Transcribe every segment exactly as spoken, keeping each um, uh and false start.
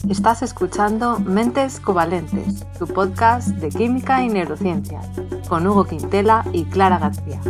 Estás escuchando Mentes Covalentes, tu podcast de química y neurociencia, con Hugo Quintela y Clara García.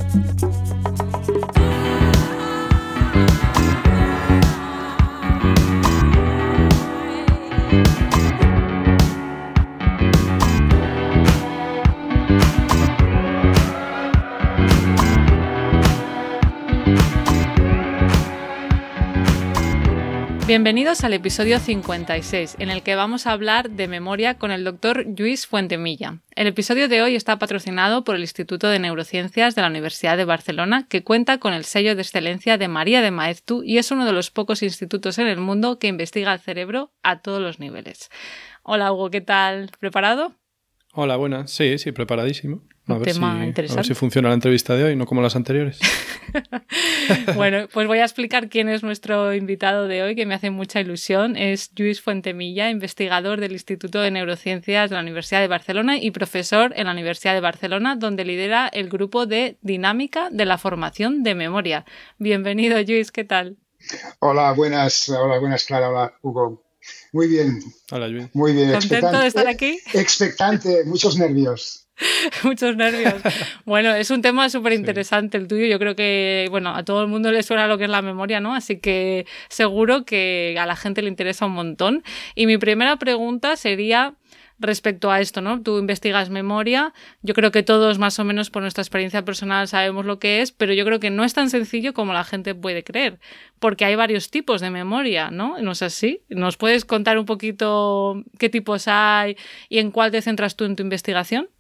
Bienvenidos al episodio cincuenta y seis, en el que vamos a hablar de memoria con el doctor Lluís Fuentemilla. El episodio de hoy está patrocinado por el Instituto de Neurociencias de la Universidad de Barcelona, que cuenta con el sello de excelencia de María de Maeztu y es uno de los pocos institutos en el mundo que investiga el cerebro a todos los niveles. Hola Hugo, ¿qué tal? ¿Preparado? Hola, buenas. Sí, sí, preparadísimo. A Un ver tema si, interesante. A ver si funciona la entrevista de hoy, no como las anteriores. Bueno, pues voy a explicar quién es nuestro invitado de hoy, que me hace mucha ilusión. Es Lluís Fuentemilla, investigador del Instituto de Neurociencias de la Universidad de Barcelona y profesor en la Universidad de Barcelona, donde lidera el grupo de dinámica de la formación de memoria. Bienvenido, Lluís, ¿qué tal? Hola, buenas, hola, buenas, Clara, hola, Hugo. Muy bien. Hola, Lluís. Muy bien. ¿Contento expectante, de estar aquí? Expectante, muchos nervios. Muchos nervios. Bueno, es un tema súper interesante el tuyo. Yo creo que, bueno, a todo el mundo le suena lo que es la memoria, ¿no? Así que seguro que a la gente le interesa un montón. Y mi primera pregunta sería respecto a esto, ¿no? Tú investigas memoria. Yo creo que todos, más o menos por nuestra experiencia personal, sabemos lo que es, pero yo creo que no es tan sencillo como la gente puede creer, porque hay varios tipos de memoria, ¿no? ¿No es así? ¿Nos puedes contar un poquito qué tipos hay y en cuál te centras tú en tu investigación?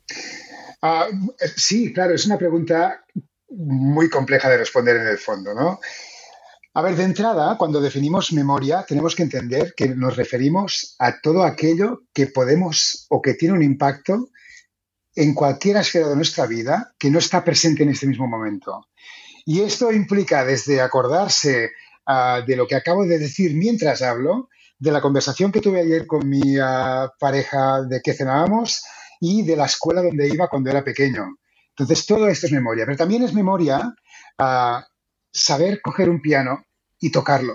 Uh, sí, claro, es una pregunta muy compleja de responder en el fondo, ¿no? A ver, de entrada, cuando definimos memoria, tenemos que entender que nos referimos a todo aquello que podemos o que tiene un impacto en cualquier esfera de nuestra vida que no está presente en este mismo momento. Y esto implica desde acordarse uh, de lo que acabo de decir mientras hablo, de la conversación que tuve ayer con mi uh, pareja de qué cenábamos, y de la escuela donde iba cuando era pequeño. Entonces, todo esto es memoria. Pero también es memoria uh, saber coger un piano y tocarlo.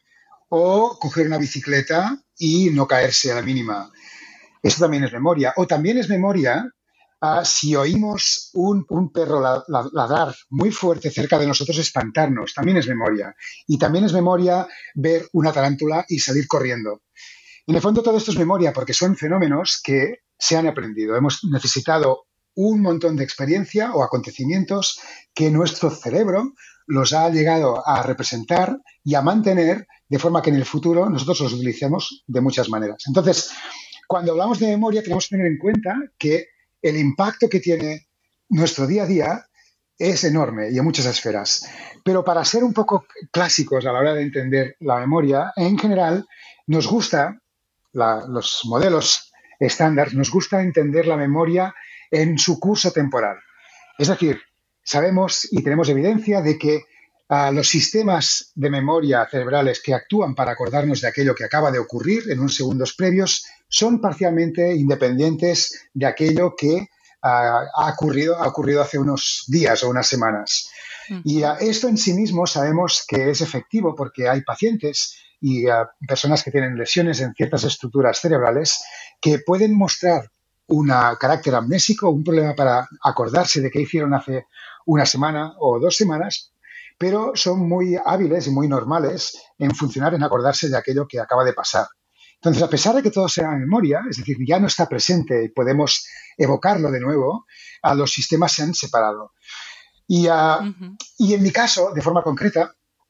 O coger una bicicleta y no caerse a la mínima. Eso también es memoria. O también es memoria uh, si oímos un, un perro ladrar muy fuerte cerca de nosotros, espantarnos. También es memoria. Y también es memoria ver una tarántula y salir corriendo. En el fondo, todo esto es memoria porque son fenómenos que se han aprendido. Hemos necesitado un montón de experiencia o acontecimientos que nuestro cerebro los ha llegado a representar y a mantener de forma que en el futuro nosotros los utilicemos de muchas maneras. Entonces, cuando hablamos de memoria, tenemos que tener en cuenta que el impacto que tiene nuestro día a día es enorme y en muchas esferas. Pero para ser un poco clásicos a la hora de entender la memoria, en general, nos gusta, la, los modelos estándar, nos gusta entender la memoria en su curso temporal. Es decir, sabemos y tenemos evidencia de que uh, los sistemas de memoria cerebrales que actúan para acordarnos de aquello que acaba de ocurrir en unos segundos previos son parcialmente independientes de aquello que uh, ha, ocurrido, ha ocurrido hace unos días o unas semanas. Uh-huh. Y uh, esto en sí mismo sabemos que es efectivo porque hay pacientes y uh, personas que tienen lesiones en ciertas estructuras cerebrales que pueden mostrar un carácter amnésico, un problema para acordarse de qué hicieron hace una semana o dos semanas, pero son muy hábiles y muy normales en funcionar, en acordarse de aquello que acaba de pasar. Entonces, a pesar de que todo sea memoria, es decir, ya no está presente y podemos evocarlo de nuevo, uh, los sistemas se han separado. Y, uh, uh-huh. y en mi caso, de forma concreta,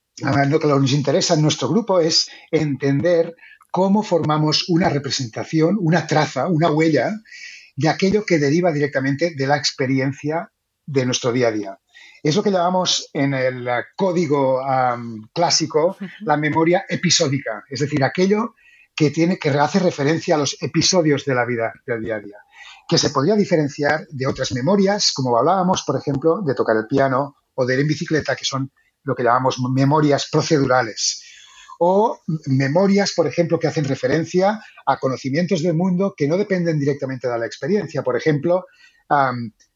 lo que nos interesa en nuestro grupo es entender cómo formamos una representación, una traza, una huella de aquello que deriva directamente de la experiencia de nuestro día a día. Es lo que llamamos en el código um, clásico la memoria episódica, es decir, aquello que, tiene, que hace referencia a los episodios de la vida del día a día, que se podría diferenciar de otras memorias, como hablábamos, por ejemplo, de tocar el piano o de ir en bicicleta, que son lo que llamamos memorias procedurales. O memorias, por ejemplo, que hacen referencia a conocimientos del mundo que no dependen directamente de la experiencia. Por ejemplo, um,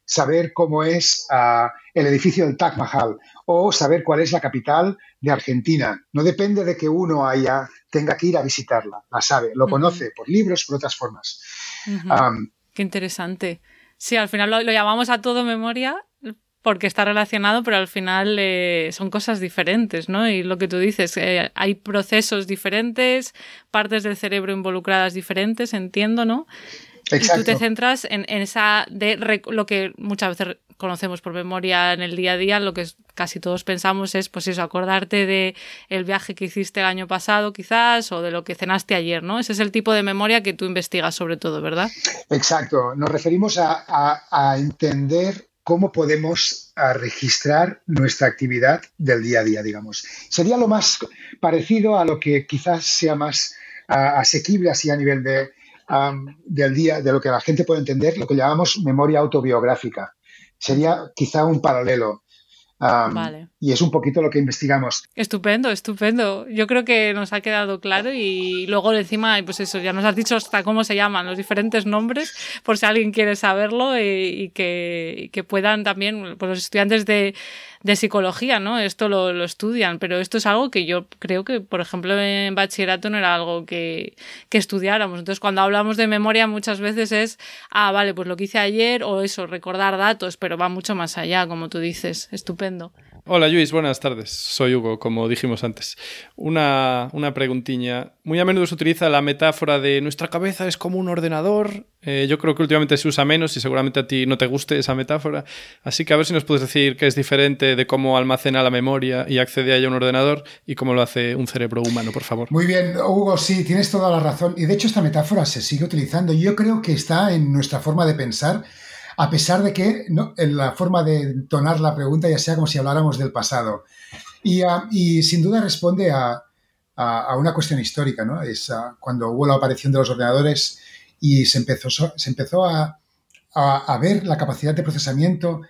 saber cómo es uh, el edificio del Taj Mahal o saber cuál es la capital de Argentina. No depende de que uno haya, tenga que ir a visitarla, la sabe, lo conoce uh-huh. por libros, por otras formas. Uh-huh. Um, Qué interesante. Sí, al final lo, lo llamamos a todo memoria porque está relacionado, pero al final eh, son cosas diferentes, ¿no? Y lo que tú dices, eh, hay procesos diferentes, partes del cerebro involucradas diferentes, entiendo, ¿no? Exacto. Y tú te centras en, en esa de rec- lo que muchas veces conocemos por memoria en el día a día, lo que casi todos pensamos es, pues eso, acordarte de el viaje que hiciste el año pasado, quizás, o de lo que cenaste ayer, ¿no? Ese es el tipo de memoria que tú investigas sobre todo, ¿verdad? Exacto. Nos referimos a, a, a entender cómo podemos a registrar nuestra actividad del día a día, digamos. Sería lo más parecido a lo que quizás sea más uh, asequible así a nivel de, um, del día, de lo que la gente puede entender, lo que llamamos memoria autobiográfica. Sería quizá un paralelo. Um, vale. Y es un poquito lo que investigamos. Estupendo, estupendo. Yo creo que nos ha quedado claro y luego encima, pues eso, ya nos has dicho hasta cómo se llaman los diferentes nombres, por si alguien quiere saberlo y, y, que, y que puedan también, pues los estudiantes de, de psicología, ¿no? Esto lo, lo estudian, pero esto es algo que yo creo que, por ejemplo, en bachillerato no era algo que, que estudiáramos. Entonces, cuando hablamos de memoria muchas veces es, ah, vale, pues lo que hice ayer o eso, recordar datos, pero va mucho más allá, como tú dices. Estupendo. Hola Lluís, buenas tardes. Soy Hugo, como dijimos antes. Una, una preguntiña. Muy a menudo se utiliza la metáfora de nuestra cabeza es como un ordenador. Eh, yo creo que últimamente se usa menos y seguramente a ti no te guste esa metáfora. Así que a ver si nos puedes decir qué es diferente de cómo almacena la memoria y accede a ella un ordenador y cómo lo hace un cerebro humano, por favor. Muy bien, Hugo, sí, tienes toda la razón. Y de hecho esta metáfora se sigue utilizando. Yo creo que está en nuestra forma de pensar, a pesar de que ¿no? en la forma de entonar la pregunta ya sea como si habláramos del pasado. Y, uh, y sin duda responde a, a, a una cuestión histórica, ¿no? Es uh, cuando hubo la aparición de los ordenadores y se empezó, se empezó a, a, a ver la capacidad de procesamiento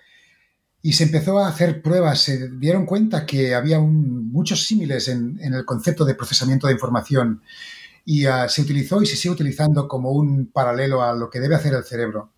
y se empezó a hacer pruebas. Se dieron cuenta que había un, muchos símiles en, en el concepto de procesamiento de información y uh, se utilizó y se sigue utilizando como un paralelo a lo que debe hacer el cerebro.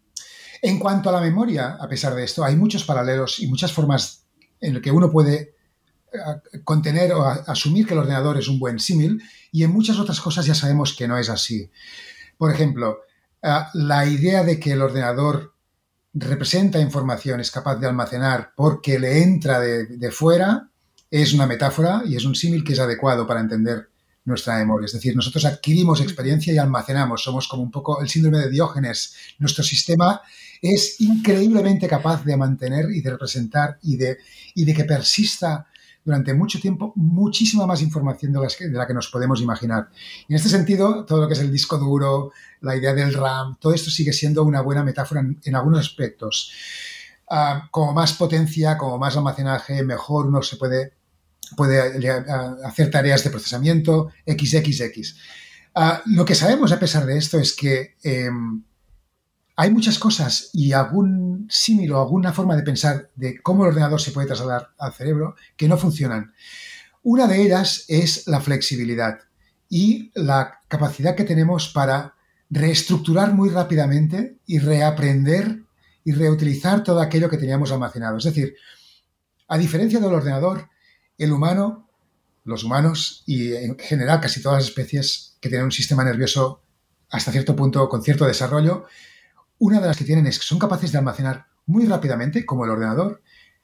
En cuanto a la memoria, a pesar de esto, hay muchos paralelos y muchas formas en las que uno puede uh, contener o a, asumir que el ordenador es un buen símil y en muchas otras cosas ya sabemos que no es así. Por ejemplo, uh, la idea de que el ordenador representa información, es capaz de almacenar porque le entra de, de fuera, es una metáfora y es un símil que es adecuado para entender nuestra memoria. Es decir, nosotros adquirimos experiencia y almacenamos. Somos como un poco el síndrome de Diógenes. Nuestro sistema es increíblemente capaz de mantener y de representar y de, y de que persista durante mucho tiempo muchísima más información de, las que, de la que nos podemos imaginar. Y en este sentido, todo lo que es el disco duro, la idea del RAM, todo esto sigue siendo una buena metáfora en, en algunos aspectos. Uh, como más potencia, como más almacenaje, mejor uno se puede... puede hacer tareas de procesamiento, equis equis equis. Uh, lo que sabemos a pesar de esto es que eh, hay muchas cosas y algún símil o alguna forma de pensar de cómo el ordenador se puede trasladar al cerebro que no funcionan. Una de ellas es la flexibilidad y la capacidad que tenemos para reestructurar muy rápidamente y reaprender y reutilizar todo aquello que teníamos almacenado. Es decir, a diferencia del ordenador, el humano, los humanos y en general casi todas las especies que tienen un sistema nervioso hasta cierto punto con cierto desarrollo, una de las que tienen es que son capaces de almacenar muy rápidamente, como el ordenador,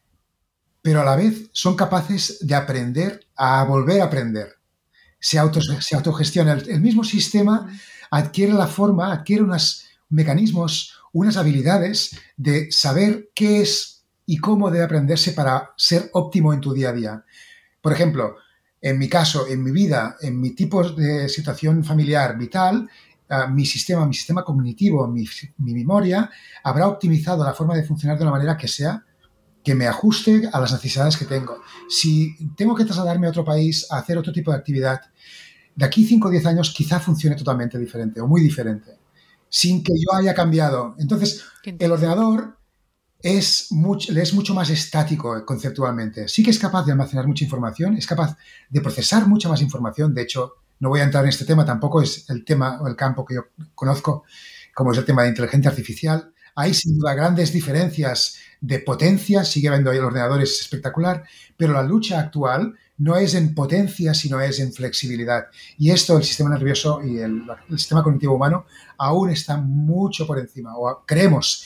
pero a la vez son capaces de aprender a volver a aprender. Se, auto, se autogestiona. El, el mismo sistema adquiere la forma, adquiere unos mecanismos, unas habilidades de saber qué es y cómo debe aprenderse para ser óptimo en tu día a día. Por ejemplo, en mi caso, en mi vida, en mi tipo de situación familiar vital, uh, mi sistema, mi sistema cognitivo, mi, mi memoria, habrá optimizado la forma de funcionar de una manera que sea que me ajuste a las necesidades que tengo. Si tengo que trasladarme a otro país a hacer otro tipo de actividad, de aquí cinco o diez años quizá funcione totalmente diferente o muy diferente, sin que yo haya cambiado. Entonces, el ordenador es mucho, es mucho más estático conceptualmente. Sí que es capaz de almacenar mucha información, es capaz de procesar mucha más información. De hecho, no voy a entrar en este tema, tampoco es el tema o el campo que yo conozco, como es el tema de inteligencia artificial. Hay sin duda grandes diferencias de potencia, sigue habiendo ahí ordenadores espectacular, pero la lucha actual no es en potencia, sino es en flexibilidad. Y esto, el sistema nervioso y el, el sistema cognitivo humano aún está mucho por encima, o creemos.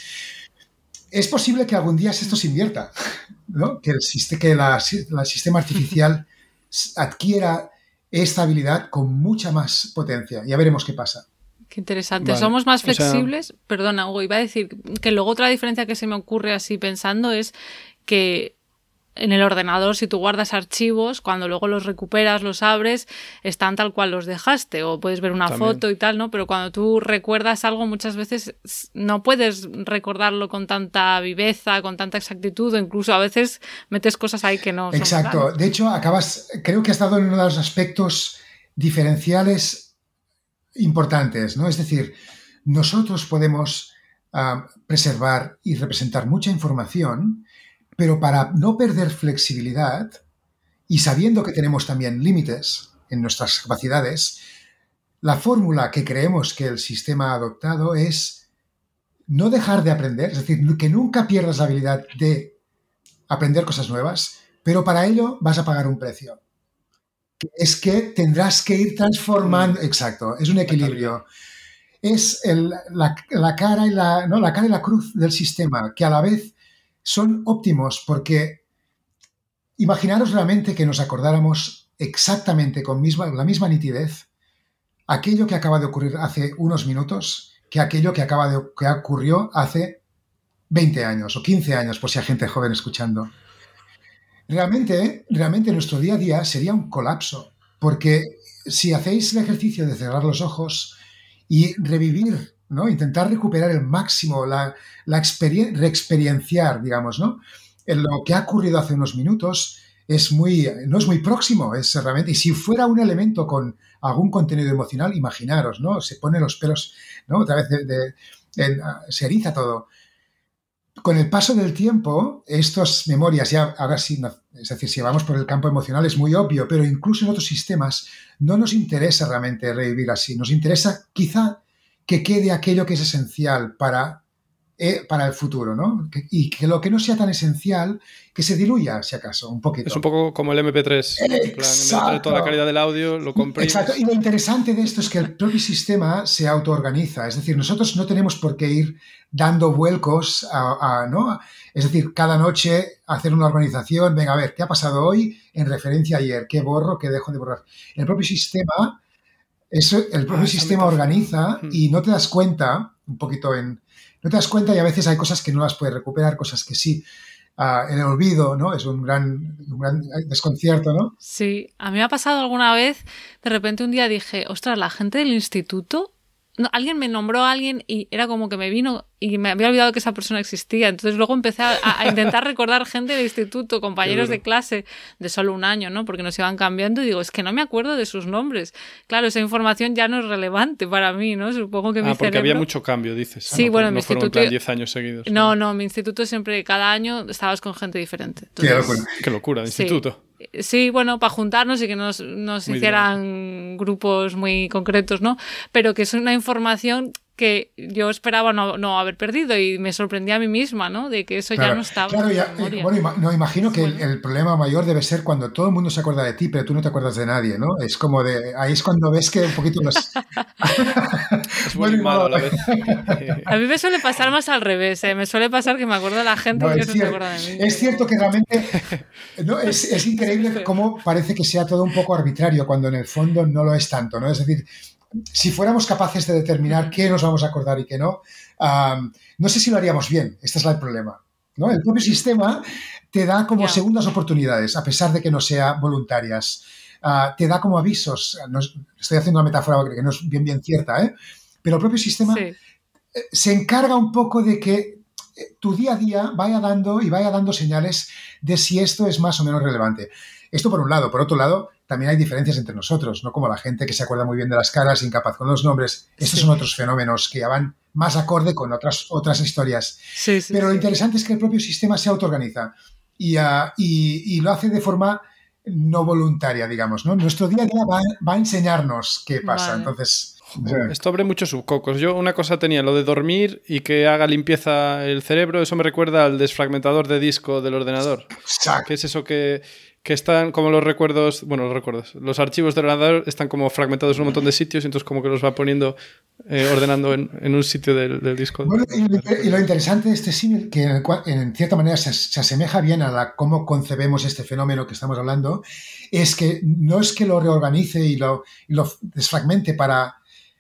Es posible que algún día esto se invierta, ¿no? Que, el, que la, la sistema artificial adquiera esta habilidad con mucha más potencia. Ya veremos qué pasa. Qué interesante. Vale. Somos más flexibles. O sea... Perdona, Hugo, iba a decir que luego otra diferencia que se me ocurre así pensando es que en el ordenador, si tú guardas archivos, cuando luego los recuperas, los abres, están tal cual los dejaste, o puedes ver una También. foto y tal, ¿no? Pero cuando tú recuerdas algo, muchas veces no puedes recordarlo con tanta viveza, con tanta exactitud, o incluso a veces metes cosas ahí que no son Exacto. reales. De hecho, acabas, creo que has dado en uno de los aspectos diferenciales importantes, ¿no? Es decir, nosotros podemos uh, preservar y representar mucha información, pero para no perder flexibilidad y sabiendo que tenemos también límites en nuestras capacidades, la fórmula que creemos que el sistema ha adoptado es no dejar de aprender, es decir, que nunca pierdas la habilidad de aprender cosas nuevas, pero para ello vas a pagar un precio. Es que tendrás que ir transformando, exacto, es un equilibrio. Es el, la, la, cara y la, no, la cara y la cruz del sistema, que a la vez son óptimos, porque imaginaros realmente que nos acordáramos exactamente con misma, la misma nitidez aquello que acaba de ocurrir hace unos minutos que aquello que, acaba de, que ocurrió hace veinte años o quince años, por si hay gente joven escuchando. Realmente, realmente nuestro día a día sería un colapso, porque si hacéis el ejercicio de cerrar los ojos y revivir, ¿no? Intentar recuperar el máximo, la, la experien- reexperienciar, digamos, ¿no? En lo que ha ocurrido hace unos minutos es muy, no es muy próximo, es realmente, y si fuera un elemento con algún contenido emocional, imaginaros, ¿no? Se ponen los pelos, ¿no? Otra vez de, de, de, se eriza todo. Con el paso del tiempo, estas memorias ya, ahora sí, no, es decir, si vamos por el campo emocional es muy obvio, pero incluso en otros sistemas no nos interesa realmente revivir así, nos interesa quizá que quede aquello que es esencial para, eh, para el futuro, ¿no? Que, y que lo que no sea tan esencial, que se diluya, si acaso, un poquito. Es un poco como el eme pe tres. En plan, en vez de tener toda la calidad del audio, lo comprimes. Exacto. Y lo interesante de esto es que el propio sistema se autoorganiza. Es decir, nosotros no tenemos por qué ir dando vuelcos a, a, ¿no? Es decir, cada noche hacer una organización, venga, a ver, ¿qué ha pasado hoy en referencia a ayer? ¿Qué borro? ¿Qué dejo de borrar? El propio sistema... Eso, el propio ah, sistema organiza y no te das cuenta, un poquito en... No te das cuenta y a veces hay cosas que no las puedes recuperar, cosas que sí. Uh, el olvido, ¿no? Es un gran, un gran desconcierto, ¿no? Sí. A mí me ha pasado alguna vez, de repente un día dije, ostras, la gente del instituto... No, alguien me nombró a alguien y era como que me vino y me había olvidado que esa persona existía. Entonces luego empecé a, a intentar recordar gente del instituto, compañeros de clase de solo un año, ¿no? Porque nos iban cambiando y digo, es que no me acuerdo de sus nombres. Claro, esa información ya no es relevante para mí, ¿no? Supongo que mi Ah, porque cerebro... había mucho cambio, dices. Sí, no, bueno, no mi fueron instituto... en plan diez años seguidos. No, no, mi instituto siempre, cada año estabas con gente diferente. Entonces... Qué locura. Qué locura, de sí. instituto. Sí, bueno, para juntarnos y que nos, nos hicieran bien. Grupos muy concretos, ¿no? Pero que es una información que yo esperaba no, no haber perdido y me sorprendía a mí misma, ¿no? De que eso claro, ya no estaba. Claro, ya, eh, bueno, no, imagino que el, el problema mayor debe ser cuando todo el mundo se acuerda de ti, pero tú no te acuerdas de nadie, ¿no? Es como de... Ahí es cuando ves que un poquito los... es bueno y malo a la vez. A mí me suele pasar más al revés, ¿eh? Me suele pasar que me acuerdo de la gente no, y ellos no se acuerdan de mí. Es cierto que realmente... No, es, es increíble cómo parece que sea todo un poco arbitrario cuando en el fondo no lo es tanto, ¿no? Es decir... Si fuéramos capaces de determinar qué nos vamos a acordar y qué no, um, no sé si lo haríamos bien. Este es el problema, ¿no? El propio sistema te da como yeah. segundas oportunidades, a pesar de que no sean voluntarias. Uh, te da como avisos. No, estoy haciendo una metáfora que no es bien, bien cierta, ¿eh? Pero el propio sistema sí. se encarga un poco de que tu día a día vaya dando y vaya dando señales de si esto es más o menos relevante. Esto por un lado. Por otro lado, también hay diferencias entre nosotros, no como la gente que se acuerda muy bien de las caras, incapaz con los nombres. Estos sí. son otros fenómenos que ya van más acorde con otras, otras historias. Sí, sí, Pero lo sí. interesante es que el propio sistema se autoorganiza y, uh, y, y lo hace de forma no voluntaria, digamos, ¿no? Nuestro día a día va, va a enseñarnos qué pasa. Vale. Entonces... Joder, esto abre muchos subcocos. Yo una cosa tenía, lo de dormir y que haga limpieza el cerebro, eso me recuerda al desfragmentador de disco del ordenador. Exacto. Que es eso que, que están como los recuerdos, bueno, los recuerdos, los archivos del ordenador están como fragmentados en un montón de sitios y entonces como que los va poniendo, eh, ordenando en, en un sitio del, del disco. Bueno, y, y lo interesante de este símil, que en, en cierta manera se, se asemeja bien a la, cómo concebemos este fenómeno que estamos hablando, es que no es que lo reorganice y lo, y lo desfragmente para...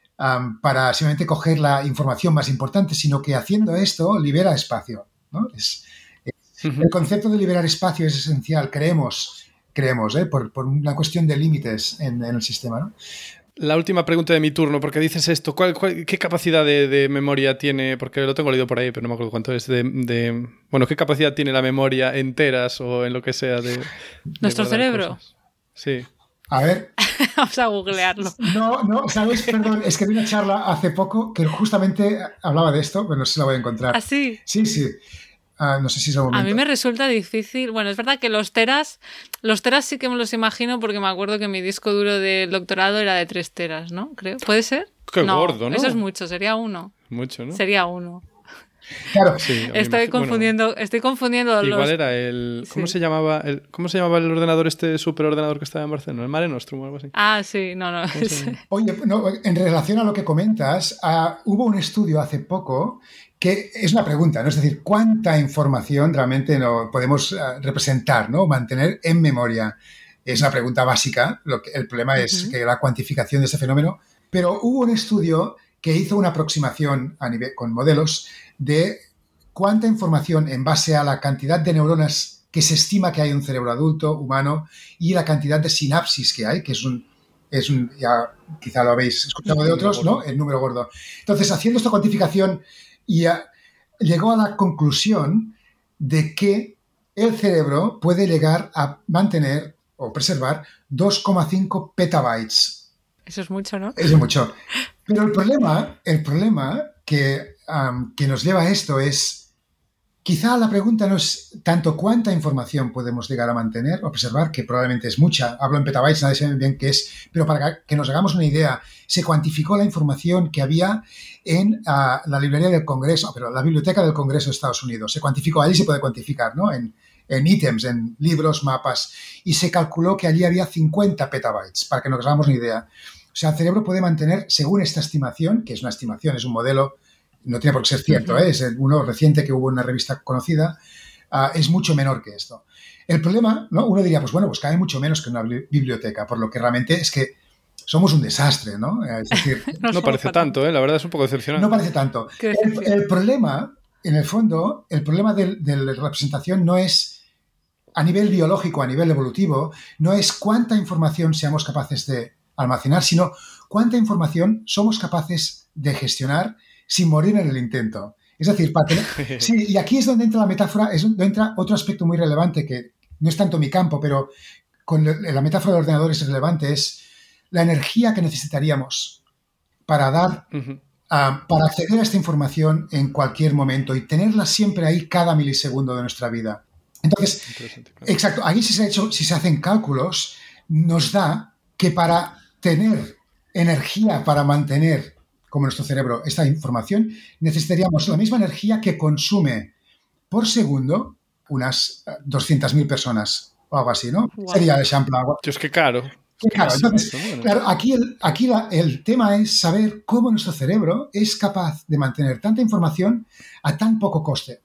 Um, para simplemente coger la información más importante, sino que haciendo esto libera espacio, ¿no? Es, es, uh-huh. El concepto de liberar espacio es esencial, creemos, creemos ¿eh? por, por una cuestión de límites en, en el sistema, ¿no? La última pregunta de mi turno, porque dices esto, ¿cuál, cuál, ¿qué capacidad de, de memoria tiene? Porque lo tengo leído por ahí, pero no me acuerdo cuánto es. De, de, bueno, ¿qué capacidad tiene la memoria en teras o en lo que sea de... ¿Nuestro de cerebro? Cosas? Sí. A ver. Vamos a googlearlo. No, no, ¿sabes? Perdón, es que vi una charla hace poco que justamente hablaba de esto, pero no sé si la voy a encontrar. ¿Ah, sí? Sí, sí. Uh, no sé si es el momento. A mí me resulta difícil. Bueno, es verdad que los teras, los teras sí que me los imagino porque me acuerdo que mi disco duro del doctorado era de tres teras, ¿no? Creo. ¿Puede ser? Qué no, gordo, ¿no? Eso es mucho, sería uno. Mucho, ¿no? Sería uno. Claro. Sí, estoy imagino, confundiendo, bueno, estoy confundiendo igual los... era el... ¿Cómo sí. se llamaba el, ¿Cómo se llamaba el ordenador este superordenador que estaba en Barcelona? ¿El Mare Nostrum o algo así? Ah, sí, no, no. Oye, no, en relación a lo que comentas, uh, hubo un estudio hace poco que es una pregunta, ¿no? Es decir, ¿cuánta información realmente no podemos uh, representar, ¿no? Mantener en memoria? Es una pregunta básica. Lo que, el problema uh-huh. es que la cuantificación de ese fenómeno. Pero hubo un estudio que hizo una aproximación a nivel, con modelos de cuánta información en base a la cantidad de neuronas que se estima que hay en un cerebro adulto, humano, y la cantidad de sinapsis que hay, que es un, es un ya quizá lo habéis escuchado de otros, ¿no? El número gordo. Entonces, haciendo esta cuantificación, ya llegó a la conclusión de que el cerebro puede llegar a mantener o preservar dos coma cinco petabytes. Eso es mucho, ¿no? Eso es mucho. Pero el problema, el problema que, um, que nos lleva a esto es... Quizá la pregunta no es tanto cuánta información podemos llegar a mantener o preservar, que probablemente es mucha. Hablo en petabytes, nadie sabe bien qué es, pero para que nos hagamos una idea, se cuantificó la información que había en uh, la librería del Congreso, pero la biblioteca del Congreso de Estados Unidos. Se cuantificó, allí se puede cuantificar, ¿no? En, en ítems, en libros, mapas, y se calculó que allí había cincuenta petabytes, para que nos hagamos una idea. O sea, el cerebro puede mantener, según esta estimación, que es una estimación, es un modelo, no tiene por qué ser cierto, uh-huh. ¿eh? Es uno reciente que hubo en una revista conocida, uh, es mucho menor que esto. El problema, ¿no? Uno diría, pues bueno, pues cae mucho menos que una biblioteca, por lo que realmente es que somos un desastre, ¿no? Es decir, no, no parece tanto, ¿eh? La verdad es un poco decepcionante. No parece tanto. El, el problema, en el fondo, el problema de, de la representación no es a nivel biológico, a nivel evolutivo, no es cuánta información seamos capaces de almacenar, sino cuánta información somos capaces de gestionar sin morir en el intento. Es decir, para tener... Sí, y aquí es donde entra la metáfora, es donde entra otro aspecto muy relevante que no es tanto mi campo, pero con la metáfora del ordenador es relevante, es la energía que necesitaríamos para dar, uh-huh. uh, para acceder a esta información en cualquier momento y tenerla siempre ahí cada milisegundo de nuestra vida. Entonces, claro. Exacto, ahí si se, ha hecho, si se hacen cálculos, nos da que para tener energía para mantener como nuestro cerebro, esta información, necesitaríamos la misma energía que consume por segundo unas doscientas mil personas o algo así, ¿no? Wow. Sería el ejemplo. Dios, qué caro. Qué caro. Entonces, bueno. Claro, aquí, el, aquí la, el tema es saber cómo nuestro cerebro es capaz de mantener tanta información a tan poco coste.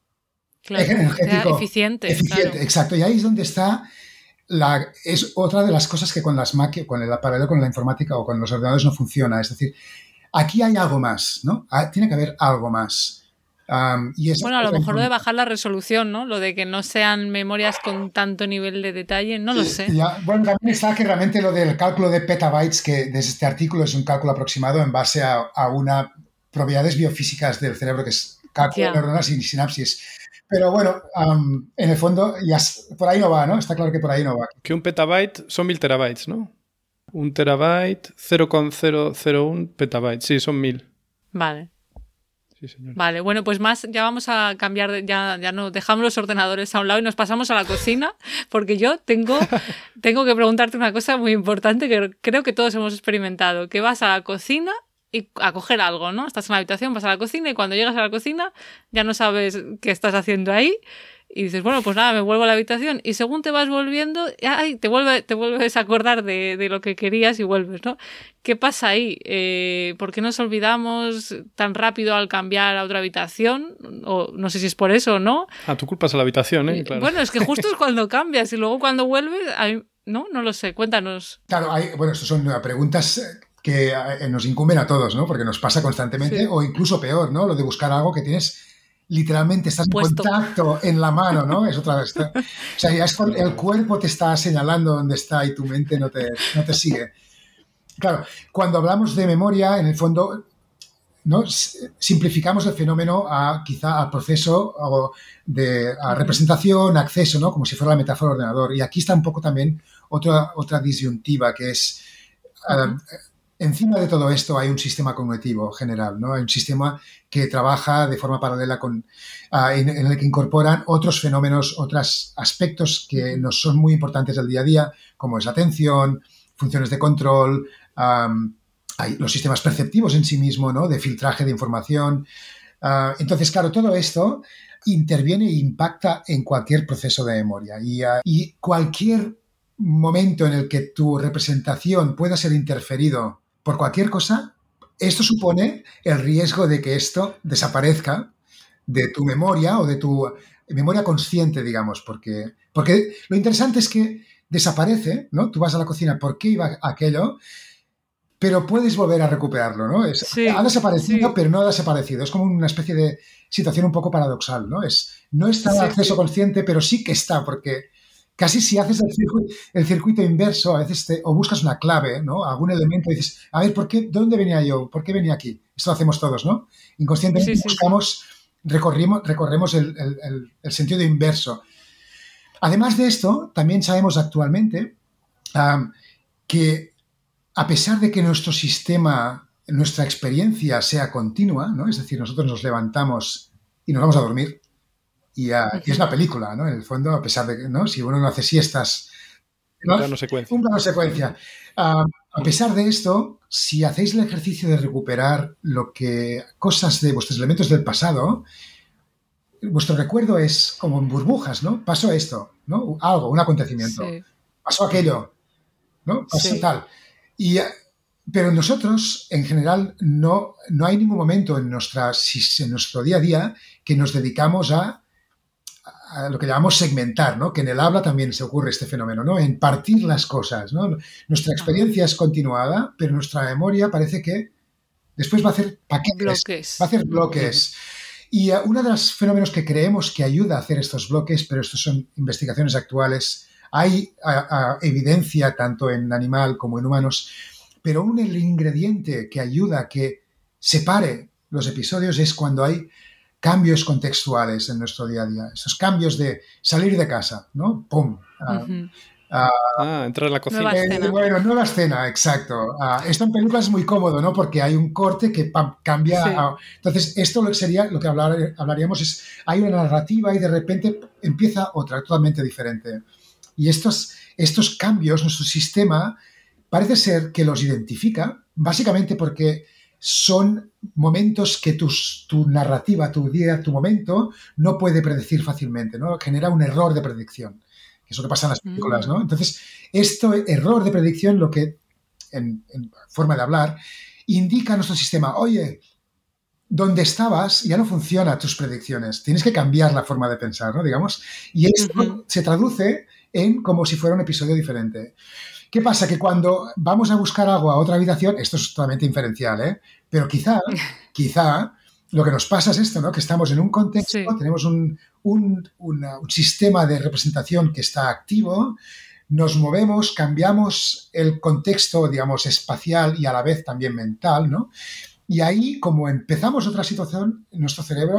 Claro, energético. Eficiente. Eficiente, claro. Exacto. Y ahí es donde está... La, es otra de las cosas que con las máquinas, con el paralelo con la informática o con los ordenadores no funciona. Es decir, aquí hay algo más, ¿no? Tiene que haber algo más. Um, y es, bueno, a lo mejor lo de bajar la resolución, ¿no? Lo de que no sean memorias con tanto nivel de detalle, no lo sé. Ya, bueno, también está que realmente lo del cálculo de petabytes, que desde este artículo es un cálculo aproximado en base a, a una propiedades biofísicas del cerebro, que es cálculo de neuronas y sinapsis. Pero bueno, um, en el fondo, ya, por ahí no va, ¿no? Está claro que por ahí no va. Que un petabyte son mil terabytes, ¿no? Un terabyte, cero coma cero cero uno petabytes. Sí, son mil. Vale. Sí, señor. Vale, bueno, pues más, ya vamos a cambiar, de, ya, ya no, dejamos los ordenadores a un lado y nos pasamos a la cocina, porque yo tengo, tengo que preguntarte una cosa muy importante que creo que todos hemos experimentado, que vas a la cocina y a coger algo, ¿no? Estás en la habitación, vas a la cocina y cuando llegas a la cocina ya no sabes qué estás haciendo ahí. Y dices, bueno, pues nada, me vuelvo a la habitación. Y según te vas volviendo, ay, te, vuelve, te vuelves a acordar de, de lo que querías y vuelves, ¿no? ¿Qué pasa ahí? Eh, ¿Por qué nos olvidamos tan rápido al cambiar a otra habitación? O no sé si es por eso o no. Ah, tu culpa es a la habitación, ¿eh? Claro. Bueno, es que justo es cuando cambias y luego cuando vuelves, hay, no, no lo sé, cuéntanos. Claro, hay, bueno, estas son preguntas que nos incumben a todos, ¿no? Porque nos pasa constantemente, sí. O incluso peor, ¿no? Lo de buscar algo que tienes... Literalmente estás Puesto. en contacto en la mano, ¿no? Es otra vez. O sea, ya es cuando el cuerpo te está señalando dónde está y tu mente no te, no te sigue. Claro, cuando hablamos de memoria, en el fondo, ¿no? Simplificamos el fenómeno a quizá al proceso de a representación, acceso, ¿no? Como si fuera la metáfora del ordenador. Y aquí está un poco también otra, otra disyuntiva que es... Uh, Encima de todo esto hay un sistema cognitivo general, ¿no? Hay un sistema que trabaja de forma paralela con, uh, en, en el que incorporan otros fenómenos, otros aspectos que nos son muy importantes del día a día, como es la atención, funciones de control, um, hay los sistemas perceptivos en sí mismo, ¿no? De filtraje de información. Uh, entonces, claro, todo esto interviene e impacta en cualquier proceso de memoria. Y, uh, y cualquier momento en el que tu representación pueda ser interferido por cualquier cosa, esto supone el riesgo de que esto desaparezca de tu memoria o de tu memoria consciente, digamos, porque, porque lo interesante es que desaparece, ¿no? Tú vas a la cocina, ¿por qué iba aquello? Pero puedes volver a recuperarlo, ¿no? Es, sí, ha desaparecido, sí. Pero no ha desaparecido. Es como una especie de situación un poco paradoxal, ¿no? Es, no está en sí, acceso sí. consciente, pero sí que está, porque... Casi si haces el circuito, el circuito inverso, a veces te, o buscas una clave, ¿no? Algún elemento y dices, a ver, ¿por qué, ¿de dónde venía yo? ¿Por qué venía aquí? Esto lo hacemos todos, ¿no? Inconscientemente sí, sí, buscamos, sí. Recorrimos, recorremos el, el, el, el sentido inverso. Además de esto, también sabemos actualmente um, que a pesar de que nuestro sistema, nuestra experiencia sea continua, ¿no? Es decir, nosotros nos levantamos y nos vamos a dormir, Y, uh, y es una película, ¿no? En el fondo, a pesar de que, ¿no? Si uno no hace siestas... ¿no? Un plano secuencia. Un plano secuencia. Uh, a pesar de esto, si hacéis el ejercicio de recuperar lo que cosas de vuestros elementos del pasado, vuestro recuerdo es como en burbujas, ¿no? Pasó esto, ¿no? Algo, un acontecimiento. Sí. Pasó aquello, ¿no? Pasó sí. tal. Y... Pero nosotros, en general, no, no hay ningún momento en, nuestra, en nuestro día a día que nos dedicamos a a lo que llamamos segmentar, ¿no? Que en el habla también se ocurre este fenómeno, ¿no? En partir las cosas, ¿no? Nuestra experiencia es continuada, pero nuestra memoria parece que después va a hacer paquetes, bloques. va a hacer bloques. Y uh, uno de los fenómenos que creemos que ayuda a hacer estos bloques, pero estos son investigaciones actuales, hay uh, uh, evidencia tanto en animal como en humanos, pero un el ingrediente que ayuda a que separe los episodios es cuando hay cambios contextuales en nuestro día a día. Esos cambios de salir de casa, ¿no? ¡Pum! Uh, uh-huh. uh, ah, entrar en la cocina. Nueva escena. Eh, bueno, nueva escena, exacto. Uh, esto en películas es muy cómodo, ¿no? Porque hay un corte que pam, cambia. Sí. Uh, entonces, esto lo que sería, lo que hablar, hablaríamos es, hay una narrativa y de repente empieza otra, totalmente diferente. Y estos, estos cambios, nuestro sistema, parece ser que los identifica, básicamente porque son momentos que tus, tu narrativa, tu día, tu momento, no puede predecir fácilmente, ¿no? Genera un error de predicción, que es lo que pasa en las películas, ¿no? Entonces, este error de predicción, lo que, en, en forma de hablar, indica a nuestro sistema, oye, donde estabas ya no funcionan tus predicciones, tienes que cambiar la forma de pensar, ¿no? Digamos, y esto uh-huh. se traduce en como si fuera un episodio diferente. ¿Qué pasa? Que cuando vamos a buscar algo a otra habitación, esto es totalmente inferencial, ¿eh? Pero quizá, quizá lo que nos pasa es esto, ¿no? Que estamos en un contexto, sí. tenemos un, un, una, un sistema de representación que está activo, nos movemos, cambiamos el contexto, digamos, espacial y a la vez también mental, ¿no? Y ahí, como empezamos otra situación, nuestro cerebro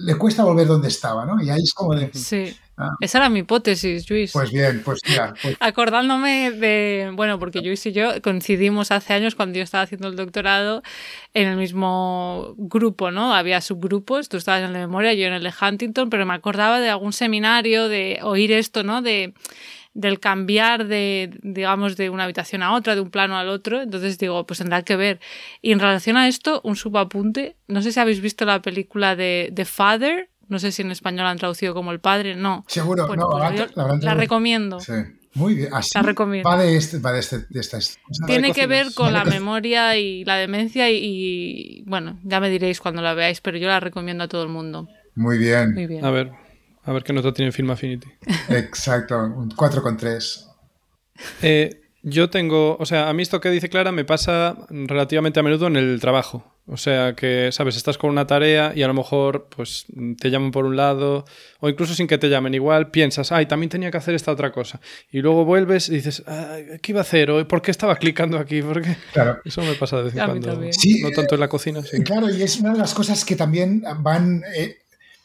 le cuesta volver donde estaba, ¿no? Y ahí es como de... Sí. Ah. Esa era mi hipótesis, Lluís. Pues bien, pues mira. Pues... Acordándome de... Bueno, porque Lluís y yo coincidimos hace años cuando yo estaba haciendo el doctorado en el mismo grupo, ¿no? Había subgrupos, tú estabas en el de memoria, yo en el de Huntington, pero me acordaba de algún seminario, de oír esto, ¿no? De... del cambiar de, digamos, de una habitación a otra, de un plano al otro. Entonces digo, pues tendrá que ver. Y en relación a esto, un subapunte, no sé si habéis visto la película de The Father, no sé si en español la han traducido como El Padre, no. Seguro, bueno, no, pues la, la, la recomiendo. Sí, muy bien. Así la recomiendo. Va de, este, va de, este, de esta... Tiene que ver con la memoria y la demencia y, y, bueno, ya me diréis cuando la veáis, pero yo la recomiendo a todo el mundo. Muy bien. Muy bien. A ver, a ver qué nota tiene Film Affinity. Exacto, un cuatro coma tres. Eh, yo tengo, o sea, a mí esto que dice Clara me pasa relativamente a menudo en el trabajo. O sea que, ¿sabes? Estás con una tarea y a lo mejor pues te llaman por un lado o incluso sin que te llamen. Igual piensas, ay, también tenía que hacer esta otra cosa. Y luego vuelves y dices, ¿qué iba a hacer? ¿O por qué estaba clicando aquí? ¿Por qué? Claro. Eso me pasa de vez en a cuando. Sí, no tanto en la cocina. Sí. Claro, y es una de las cosas que también van... Eh,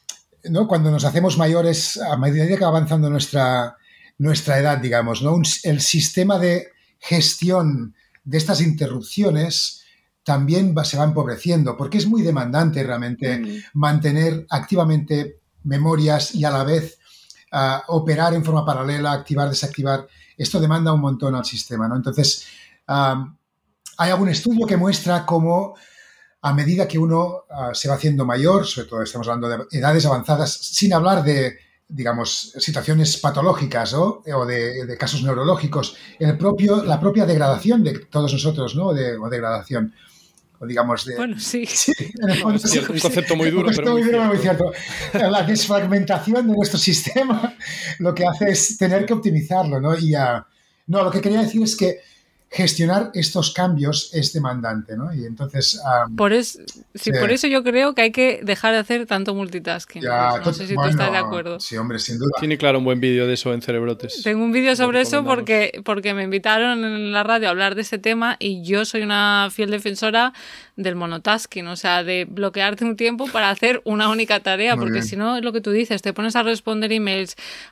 ¿no? Cuando nos hacemos mayores, a medida que va avanzando nuestra, nuestra edad, digamos, ¿no? Un, el sistema de gestión de estas interrupciones también va, se va empobreciendo, porque es muy demandante realmente mm. mantener activamente memorias y a la vez uh, operar en forma paralela, activar, desactivar. Esto demanda un montón al sistema, ¿no? Entonces, um, hay algún estudio que muestra cómo a medida que uno uh, se va haciendo mayor, sobre todo estamos hablando de edades avanzadas, sin hablar de, digamos, situaciones patológicas, ¿no? O de, de casos neurológicos, el propio, la propia degradación de todos nosotros, ¿no? De, o degradación, o digamos de... Bueno, sí. sí en el fondo, es cierto, un concepto muy duro, pero muy, muy, duro, muy cierto. muy cierto. La desfragmentación de nuestro sistema lo que hace es tener que optimizarlo, ¿no? Y uh, no, lo que quería decir es que gestionar estos cambios es demandante, ¿no? Y entonces... Um, por, es, sí, eh, por eso yo creo que hay que dejar de hacer tanto multitasking. Ya, no sé si bueno, tú estás de acuerdo. Sí, hombre, sin duda. Tiene claro un buen vídeo de eso en Cerebrotes. Tengo un vídeo sobre eso porque, porque me invitaron en la radio a hablar de ese tema y yo soy una fiel defensora del monotasking, o sea, de bloquearte un tiempo para hacer una única tarea, Muy porque bien. Si no, es lo que tú dices, te pones a responder emails,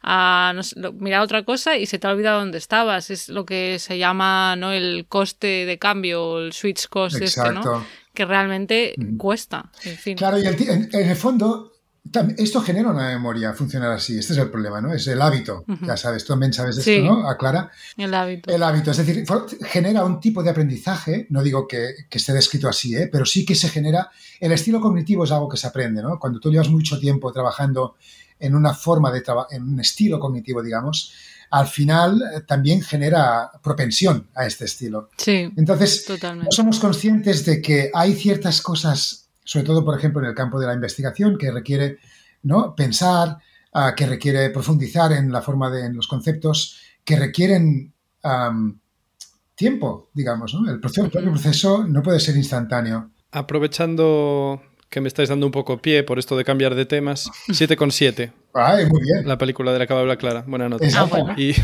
a no sé, mirar otra cosa y se te ha olvidado dónde estabas. Es lo que se llama, ¿no?, el coste de cambio, el switch cost. Exacto. Este, ¿no?, que realmente mm. cuesta. En fin. Claro, y el, en, en el fondo... Esto genera una memoria, funcionar así. Este es el problema, ¿no? Es el hábito. Uh-huh. Ya sabes, tú también sabes de sí, esto, ¿no? Aclara. El hábito. El hábito. Es decir, genera un tipo de aprendizaje. No digo que, que esté descrito así, ¿eh? Pero sí que se genera... El estilo cognitivo es algo que se aprende, ¿no? Cuando tú llevas mucho tiempo trabajando en una forma de trabajo, en un estilo cognitivo, digamos, al final eh, también genera propensión a este estilo. Sí, Entonces, totalmente. No somos conscientes de que hay ciertas cosas... sobre todo, por ejemplo, en el campo de la investigación, que requiere, ¿no?, pensar, uh, que requiere profundizar en la forma de en los conceptos, que requieren um, tiempo, digamos, ¿no? El proceso, el propio proceso no puede ser instantáneo. Aprovechando que me estáis dando un poco pie por esto de cambiar de temas, siete coma siete. Ay, muy bien. La película de la que habla Clara. Buena nota. Ah, bueno. y,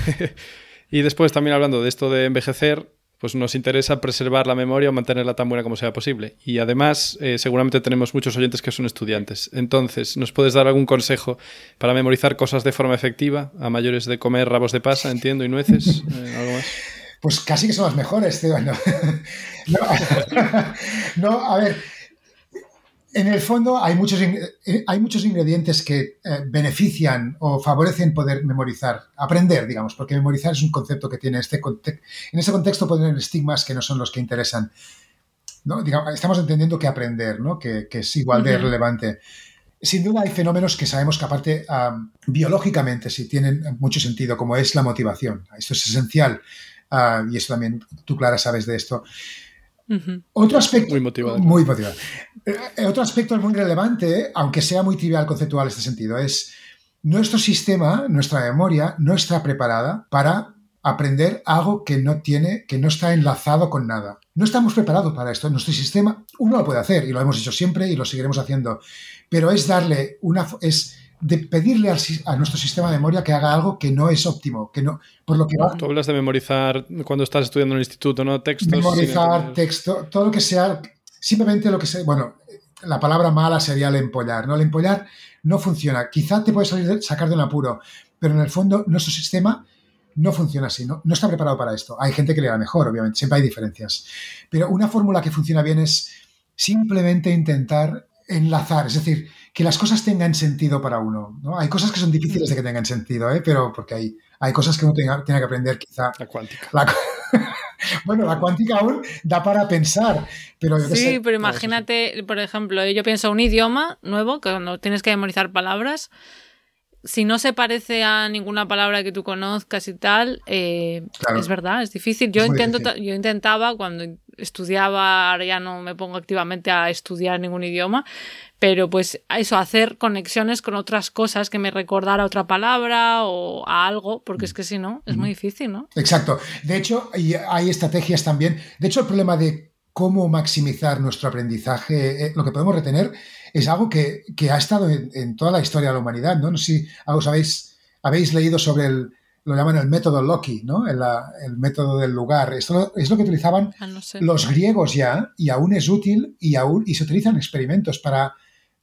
y después también hablando de esto de envejecer, pues nos interesa preservar la memoria o mantenerla tan buena como sea posible. Y además, eh, seguramente tenemos muchos oyentes que son estudiantes. Entonces, ¿nos puedes dar algún consejo para memorizar cosas de forma efectiva? A mayores de comer rabos de pasa, entiendo, y nueces. Eh, ¿algo más? Pues casi que son las mejores, tío. No, no, no a ver... En el fondo hay muchos, hay muchos ingredientes que eh, benefician o favorecen poder memorizar, aprender, digamos, porque memorizar es un concepto que tiene este contexto. En ese contexto pueden haber estigmas que no son los que interesan, ¿no? Digamos, estamos entendiendo que aprender, ¿no?, que, que es igual de uh-huh. relevante. Sin duda hay fenómenos que sabemos que aparte um, biológicamente sí tienen mucho sentido, como es la motivación. Esto es esencial uh, y eso también tú, Clara, sabes de esto. Uh-huh. Otro aspecto muy motivado. Muy motivado. Eh, otro aspecto muy relevante, aunque sea muy trivial conceptual este sentido, es nuestro sistema, nuestra memoria no está preparada para aprender algo que no tiene, que no está enlazado con nada. No estamos preparados para esto. Nuestro sistema, uno lo puede hacer y lo hemos hecho siempre y lo seguiremos haciendo, pero es darle una, es de pedirle al, a nuestro sistema de memoria que haga algo que no es óptimo, que no, por lo que va... Tú hablas de memorizar cuando estás estudiando en el instituto, ¿no? Textos. Memorizar, texto, todo lo que sea, simplemente lo que sea, bueno, la palabra mala sería el empollar, ¿no? El empollar no funciona. Quizá te puede salir, sacar de un apuro, pero en el fondo nuestro sistema no funciona así, ¿no? No está preparado para esto. Hay gente que le va mejor, obviamente, siempre hay diferencias. Pero una fórmula que funciona bien es simplemente intentar enlazar, es decir, que las cosas tengan sentido para uno, ¿no? Hay cosas que son difíciles de que tengan sentido, ¿eh? Pero porque hay, hay cosas que uno tenga, tiene que aprender, quizá. La cuántica. La, bueno, la cuántica aún da para pensar, pero yo qué Sí, sé. pero imagínate, por ejemplo, yo pienso un idioma nuevo, que cuando tienes que memorizar palabras, si no se parece a ninguna palabra que tú conozcas y tal, eh, claro. Es verdad, es difícil. Yo, es intento, difícil. yo intentaba, cuando estudiaba, ahora ya no me pongo activamente a estudiar ningún idioma, pero pues eso, hacer conexiones con otras cosas que me recordara otra palabra o a algo, porque es que si no, es muy difícil, ¿no? Exacto. De hecho, hay estrategias también. De hecho, el problema de cómo maximizar nuestro aprendizaje, eh, lo que podemos retener, es algo que, que ha estado en, en toda la historia de la humanidad, ¿no? No sé si os habéis, habéis leído sobre el, lo llaman el método Loki, ¿no? El, el método del lugar. Esto es lo que utilizaban ah, no sé. los griegos ya, y aún es útil, y aún y se utilizan experimentos para,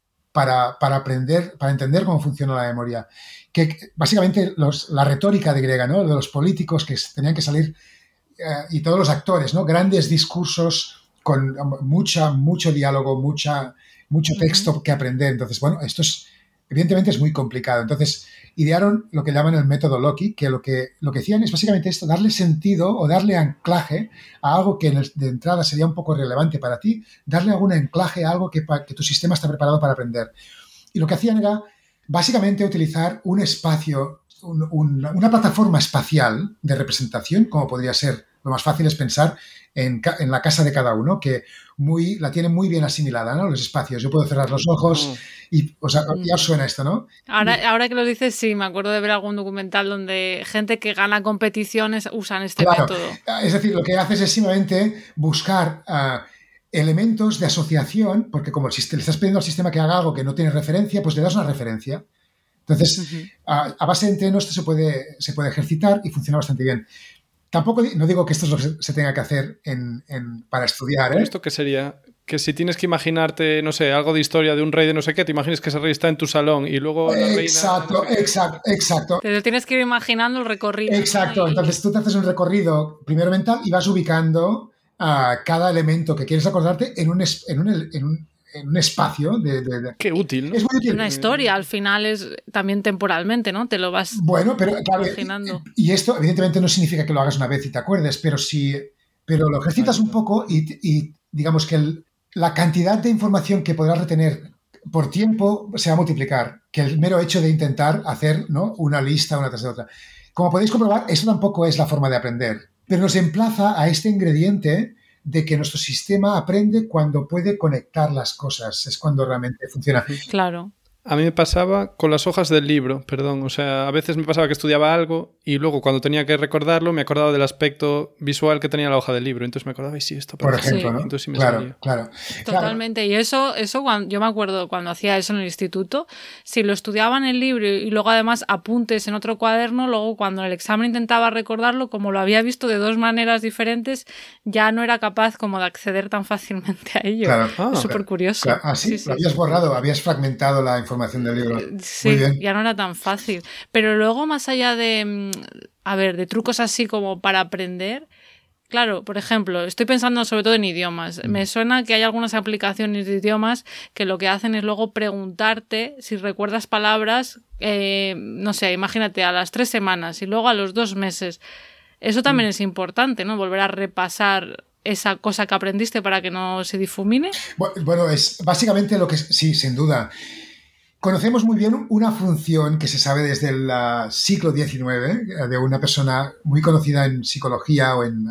para, para aprender, para entender cómo funciona la memoria. Que, que básicamente los, la retórica de griega, ¿no? De los políticos que tenían que salir, eh, y todos los actores, ¿no? Grandes discursos con mucha, mucho diálogo, mucha, mucho texto uh-huh. que aprender. Entonces, bueno, esto es, evidentemente es muy complicado. Entonces, idearon lo que llaman el método Loki, que lo que, lo que hacían es básicamente esto, darle sentido o darle anclaje a algo que en el, de entrada sería un poco relevante para ti, darle algún anclaje a algo que, que tu sistema está preparado para aprender. Y lo que hacían era básicamente utilizar un espacio, un, un, una plataforma espacial de representación, como podría ser, lo más fácil es pensar en, en la casa de cada uno, que muy, la tiene muy bien asimilada, ¿no? Los espacios. Yo puedo cerrar los ojos y, o sea, ya os suena esto, ¿no? Ahora, ahora que lo dices, sí, me acuerdo de ver algún documental donde gente que gana competiciones usan este claro. método. Es decir, lo que haces es simplemente buscar uh, elementos de asociación, porque como si le estás pidiendo al sistema que haga algo que no tiene referencia, pues le das una referencia. Entonces, uh-huh. a, a base de entreno esto se puede, se puede ejercitar y funciona bastante bien. Tampoco no digo que esto es lo que se tenga que hacer en, en, para estudiar. ¿eh? ¿Esto qué sería? Que si tienes que imaginarte, no sé, algo de historia de un rey de no sé qué, te imaginas que ese rey está en tu salón y luego la reina... Exacto, no sé exacto, exacto. Te tienes que ir imaginando el recorrido. Exacto, ¿no? Entonces tú te haces un recorrido primero mental y vas ubicando a cada elemento que quieres acordarte en un, en un, en un en un espacio de, de, de... Qué útil, ¿no? Es muy útil. Una historia, al final es también temporalmente, ¿no? Te lo vas bueno, pero, claro, imaginando. Y esto, evidentemente, no significa que lo hagas una vez y te acuerdes, pero si, pero lo ejercitas un poco y, y digamos que el, la cantidad de información que podrás retener por tiempo se va a multiplicar, que el mero hecho de intentar hacer, ¿no? Una lista una tras de otra. Como podéis comprobar, eso tampoco es la forma de aprender, pero nos emplaza a este ingrediente de que nuestro sistema aprende cuando puede conectar las cosas. Es cuando realmente funciona. Claro. A mí me pasaba con las hojas del libro, perdón. O sea, a veces me pasaba que estudiaba algo y luego cuando tenía que recordarlo me acordaba del aspecto visual que tenía la hoja del libro. Entonces me acordaba, y sí, esto por ejemplo, sí. ¿no? Entonces sí me claro, salía. Claro, Totalmente. Claro. Y eso, eso cuando, yo me acuerdo cuando hacía eso en el instituto, si lo estudiaba en el libro y luego además apuntes en otro cuaderno, luego cuando en el examen intentaba recordarlo, como lo había visto de dos maneras diferentes, ya no era capaz como de acceder tan fácilmente a ello. Claro. Ah, es súper curioso. Claro. Ah, sí, sí, sí, lo habías borrado, habías fragmentado la información del libro. Sí, ya no era tan fácil. Pero luego, más allá de, a ver, de trucos así como para aprender, claro, por ejemplo, estoy pensando sobre todo en idiomas. Mm. Me suena que hay algunas aplicaciones de idiomas que lo que hacen es luego preguntarte si recuerdas palabras, eh, no sé, imagínate, a las tres semanas y luego a los dos meses. Eso también mm. es importante, ¿no? Volver a repasar esa cosa que aprendiste para que no se difumine. Bueno, es básicamente lo que... Sí, sin duda. Conocemos muy bien una función que se sabe desde el uh, siglo diecinueve de una persona muy conocida en psicología o en,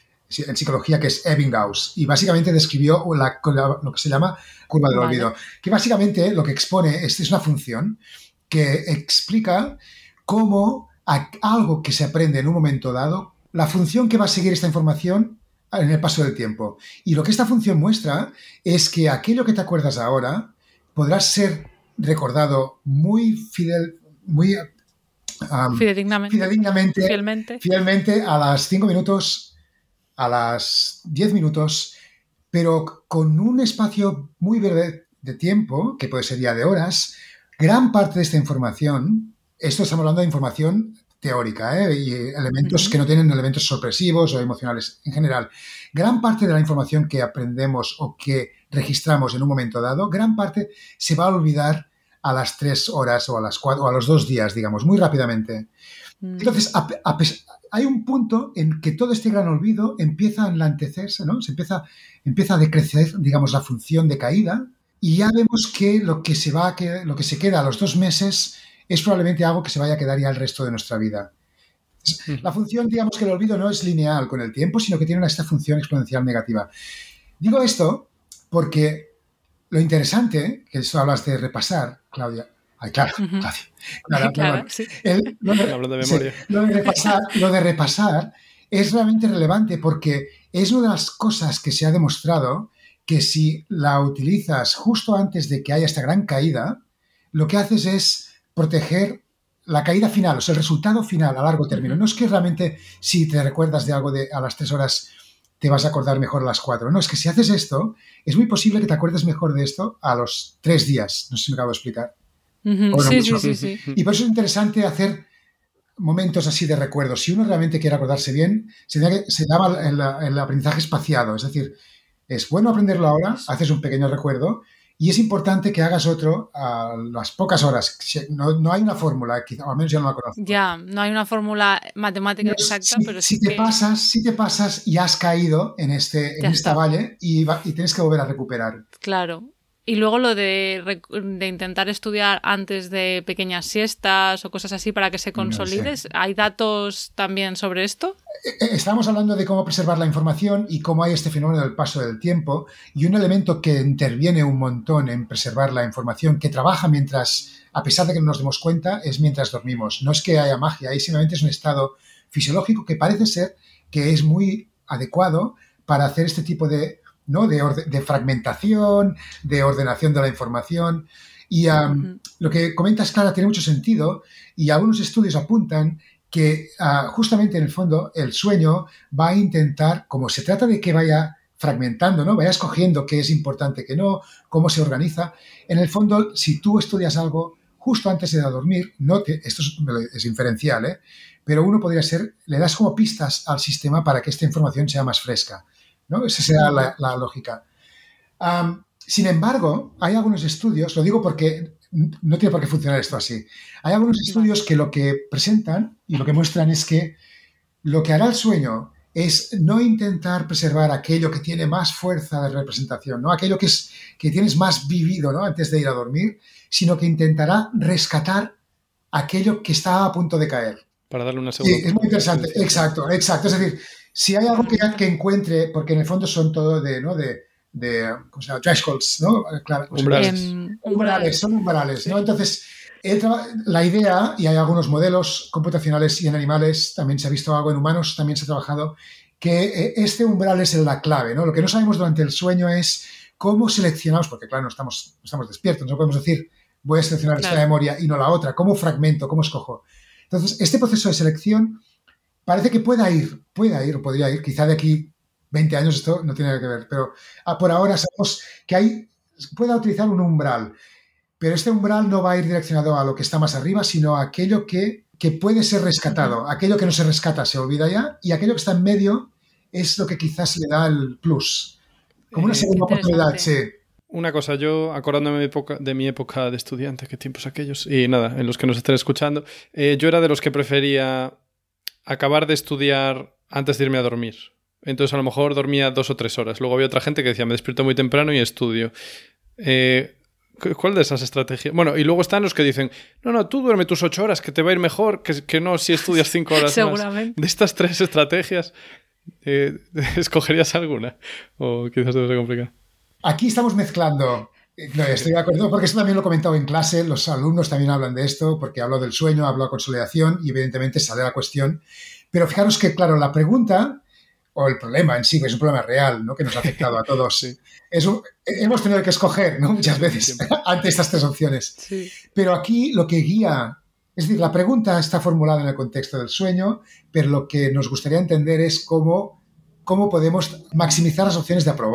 en psicología que es Ebbinghaus y básicamente describió la, la, lo que se llama curva del vale. olvido, que básicamente lo que expone es, es una función que explica cómo a, algo que se aprende en un momento dado, la función que va a seguir esta información en el paso del tiempo. Y lo que esta función muestra es que aquello que te acuerdas ahora podrás ser recordado muy fidel, muy um, fidedignamente, fidedignamente fielmente. fielmente a las cinco minutos, a las diez minutos, pero con un espacio muy breve de tiempo, que puede ser ya de horas, Gran parte de esta información, esto estamos hablando de información teórica, ¿eh? Y elementos uh-huh. que no tienen elementos sorpresivos o emocionales en general. Gran parte de la información que aprendemos o que registramos en un momento dado, gran parte se va a olvidar a las tres horas o a las cuatro o a los dos días, digamos, muy rápidamente. Uh-huh. Entonces, a, a, hay un punto en que todo este gran olvido empieza a enlantecerse, ¿no? Se empieza, empieza a decrecer, digamos, la función de caída y ya vemos que lo que se va a que, lo que se queda a los dos meses es probablemente algo que se vaya a quedar ya el resto de nuestra vida. La función, digamos que el olvido no es lineal con el tiempo, sino que tiene esta función exponencial negativa. Digo esto porque lo interesante, que esto hablas de repasar, Claudia, ay, claro, uh-huh. Claudia, claro, claro, no, sí. el, lo, de, Hablo de memoria. Sí, lo, de repasar, lo de repasar es realmente relevante porque es una de las cosas que se ha demostrado que si la utilizas justo antes de que haya esta gran caída, lo que haces es proteger la caída final, o sea, el resultado final a largo término. No es que realmente si te recuerdas de algo de a las tres horas te vas a acordar mejor a las cuatro. No, es que si haces esto, es muy posible que te acuerdes mejor de esto a los tres días. No sé si me acabo de explicar. Uh-huh. Sí, sí, sí, sí. Y por eso es interesante hacer momentos así de recuerdo. Si uno realmente quiere acordarse bien, se, se llama el, el aprendizaje espaciado. Es decir, es bueno aprenderlo ahora, haces un pequeño recuerdo. Y es importante que hagas otro a las pocas horas. No, no hay una fórmula, quizá, al menos yo no la conozco. Ya, no hay una fórmula matemática pero exacta, si, pero si sí te que... pasas, si te pasas y has caído en, este, en esta valle y, va, y tienes que volver a recuperar. Claro. Y luego lo de, de intentar estudiar antes de pequeñas siestas o cosas así para que se consolide. No sé. ¿Hay datos también sobre esto? Estamos hablando de cómo preservar la información y cómo hay este fenómeno del paso del tiempo. Y un elemento que interviene un montón en preservar la información, que trabaja mientras, a pesar de que no nos demos cuenta, es mientras dormimos. No es que haya magia, ahí simplemente es un estado fisiológico que parece ser que es muy adecuado para hacer este tipo de... ¿no? De, orde- de fragmentación, de ordenación de la información. Y um, uh-huh. lo que comentas, Clara, tiene mucho sentido y algunos estudios apuntan que uh, justamente en el fondo el sueño va a intentar, como se trata de que vaya fragmentando, ¿no? Vaya escogiendo qué es importante, qué no, cómo se organiza. En el fondo, si tú estudias algo justo antes de ir a dormir, no te, esto es, es inferencial, ¿eh? Pero uno podría ser, le das como pistas al sistema para que esta información sea más fresca, ¿no? Esa será la, la lógica. Um, sin embargo, hay algunos estudios, lo digo porque no tiene por qué funcionar esto así, hay algunos estudios que lo que presentan y lo que muestran es que lo que hará el sueño es no intentar preservar aquello que tiene más fuerza de representación, ¿no? Aquello que, es, que tienes más vivido, ¿no? Antes de ir a dormir, sino que intentará rescatar aquello que está a punto de caer. Para darle una segunda. Sí, es muy interesante, exacto, exacto. Es decir, si hay algo que, que encuentre, porque en el fondo son todo de, ¿no? de, de ¿cómo se llama? Thresholds, ¿no? Claro, umbrales. Um, umbrales, son umbrales, ¿no? Entonces, la idea, y hay algunos modelos computacionales y en animales, también se ha visto algo en humanos, también se ha trabajado, que este umbral es la clave, ¿no? Lo que no sabemos durante el sueño es cómo seleccionamos, porque claro, no estamos, no estamos despiertos, no podemos decir, voy a seleccionar claro. esta memoria y no la otra, cómo fragmento, cómo escojo. Entonces, este proceso de selección parece que pueda ir, pueda ir o podría ir, quizá de aquí veinte años esto no tiene nada que ver, pero ah, por ahora sabemos que hay, pueda utilizar un umbral, pero este umbral no va a ir direccionado a lo que está más arriba, sino a aquello que, que puede ser rescatado. Uh-huh. Aquello que no se rescata se olvida ya, y aquello que está en medio es lo que quizás le da el plus. Como una segunda eh, oportunidad, sí. Una cosa, yo acordándome de mi, época, de mi época de estudiante, qué tiempos aquellos, y nada, en los que nos estén escuchando, eh, yo era de los que prefería acabar de estudiar antes de irme a dormir. Entonces a lo mejor dormía dos o tres horas. Luego había otra gente que decía, me despierto muy temprano y estudio. Eh, ¿Cuál de esas estrategias? Bueno, y luego están los que dicen, no, no, tú duerme tus ocho horas, que te va a ir mejor que, que no si estudias cinco horas Seguramente. Más. De estas tres estrategias, eh, ¿escogerías alguna? O quizás te va a complicar. Aquí estamos mezclando. No, estoy de acuerdo, porque esto también lo he comentado en clase, los alumnos también hablan de esto, porque hablo del sueño, hablo de consolidación y evidentemente sale la cuestión. Pero fijaros que, claro, la pregunta o el problema en sí, que es un problema real, ¿no? Que nos ha afectado a todos. Sí. Es un, hemos tenido que escoger, ¿no? Muchas veces ante estas tres opciones. Sí. Pero aquí lo que guía, es decir, la pregunta está formulada en el contexto del sueño, pero lo que nos gustaría entender es cómo, cómo podemos maximizar las opciones de aprobar.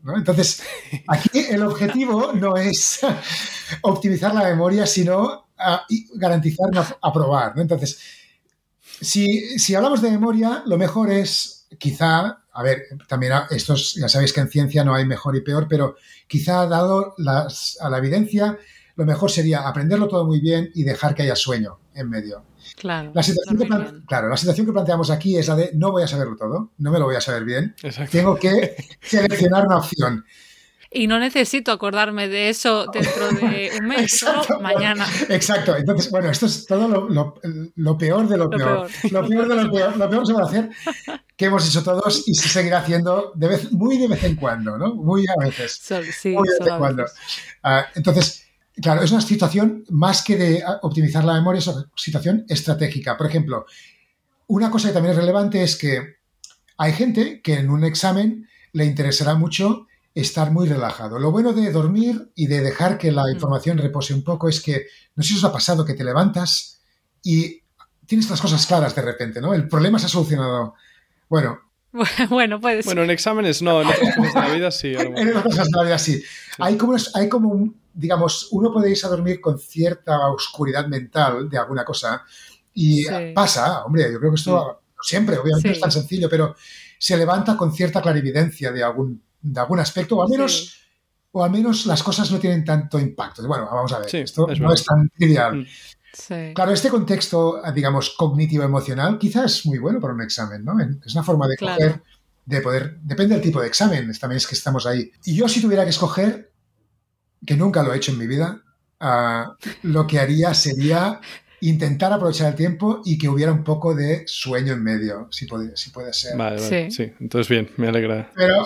¿no? Entonces, aquí el objetivo no es optimizar la memoria, sino uh, garantizar no aprobar, ¿no? Entonces, si, si hablamos de memoria, lo mejor es quizá, a ver, también estos, ya sabéis que en ciencia no hay mejor y peor, pero quizá dado las, a la evidencia, lo mejor sería aprenderlo todo muy bien y dejar que haya sueño en medio. Claro, la situación que plan- claro, la situación que planteamos aquí es la de no voy a saberlo todo, no me lo voy a saber bien, Exacto. tengo que seleccionar una opción. Y no necesito acordarme de eso dentro de un mes, Exacto, solo mañana. Exacto. Entonces, bueno, esto es todo lo, lo, lo peor de lo, Lo peor. peor. Lo peor de lo peor. Lo peor se va a hacer, que hemos hecho todos y se seguirá haciendo de vez, muy de vez en cuando, ¿no? Muy a veces. Sol, sí, muy de vez solo en a cuando. veces. Uh, entonces, claro, es una situación más que de optimizar la memoria, es una situación estratégica. Por ejemplo, una cosa que también es relevante es que hay gente que en un examen le interesará mucho estar muy relajado. Lo bueno de dormir y de dejar que la información repose un poco es que, no sé si os ha pasado que te levantas y tienes las cosas claras de repente, ¿no? El problema se ha solucionado. Bueno. Bueno, puede ser. Bueno, en exámenes no, en otras cosas de la vida sí. En otras cosas de la vida sí. sí. Hay como, hay como un, digamos, uno puede irse a dormir con cierta oscuridad mental de alguna cosa y sí. pasa, hombre, yo creo que esto sí. siempre, obviamente sí. no es tan sencillo, pero se levanta con cierta clarividencia de algún de algún aspecto, o al menos sí. o al menos las cosas no tienen tanto impacto. Bueno, vamos a ver, sí, esto es no bueno. es tan trivial. Sí. Claro, este contexto, digamos, cognitivo-emocional, quizás es muy bueno para un examen, ¿no? Es una forma de claro. coger, de poder, depende del tipo de examen, también es que estamos ahí. Y yo si tuviera que escoger, que nunca lo he hecho en mi vida, uh, lo que haría sería intentar aprovechar el tiempo y que hubiera un poco de sueño en medio, si puede, si puede ser. Vale, vale. Sí. sí, entonces bien, me alegra. Pero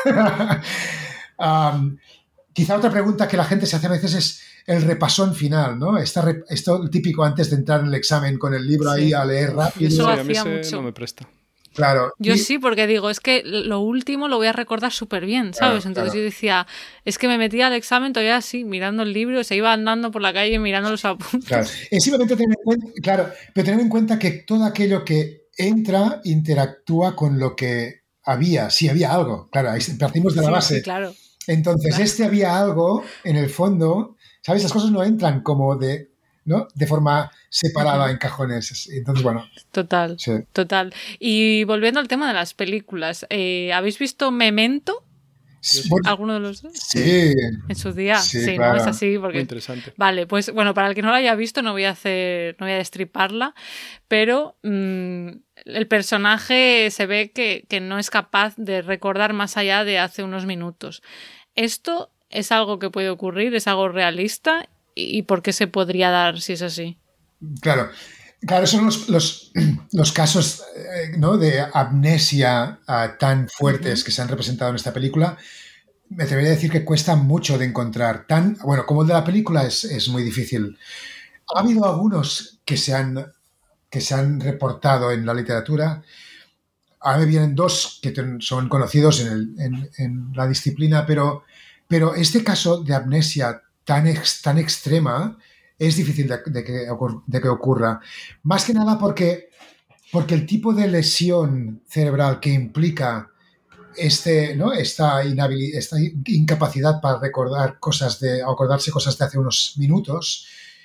um, quizá otra pregunta que la gente se hace a veces es el repasón final, ¿no? Esta re, esto típico antes de entrar en el examen con el libro sí. ahí a leer rápido. Eso sí, a mí hacía se mucho. No me presta. Claro. Yo y, sí, porque digo, es que lo último lo voy a recordar súper bien, ¿sabes? Claro, Entonces claro. yo decía, es que me metía al examen todavía así, mirando el libro, se iba andando por la calle mirando los apuntes. Claro, es simplemente tener en cuenta, claro, pero tener en cuenta que todo aquello que entra interactúa con lo que había, si había algo. Claro, ahí partimos de la sí, base. Sí, claro. Entonces, claro. este había algo en el fondo, ¿sabes? Las cosas no entran como de... ¿no? De forma separada uh-huh. en cajones. Entonces, bueno. Total, sí. total. Y volviendo al tema de las películas, eh, ¿habéis visto Memento? Bueno, ¿Alguno de los dos? Sí. En su día. Sí, sí claro. ¿no? Es así porque... Muy interesante. Vale, pues bueno, para el que no la haya visto no voy a hacer, no voy a destriparla, pero mmm, el personaje se ve que, que no es capaz de recordar más allá de hace unos minutos. ¿Esto es algo que puede ocurrir? ¿Es algo realista? ¿Y por qué se podría dar si es así? Claro, claro, son los, los, los casos eh, ¿no? de amnesia uh, tan fuertes uh-huh. que se han representado en esta película. Me atrevería a decir que cuesta mucho de encontrar. Tan, bueno, como el de la película es, es muy difícil. Ha habido algunos que se han, que se han reportado en la literatura. Ahora me vienen dos que son conocidos en, el, en, en la disciplina, pero, pero este caso de amnesia tan, ex, tan extrema es difícil de, de, que, de que ocurra. Más que nada porque, porque el tipo de lesión cerebral que implica este, ¿no? esta, inhabilidad, esta incapacidad para recordar cosas de, acordarse cosas de hace unos minutos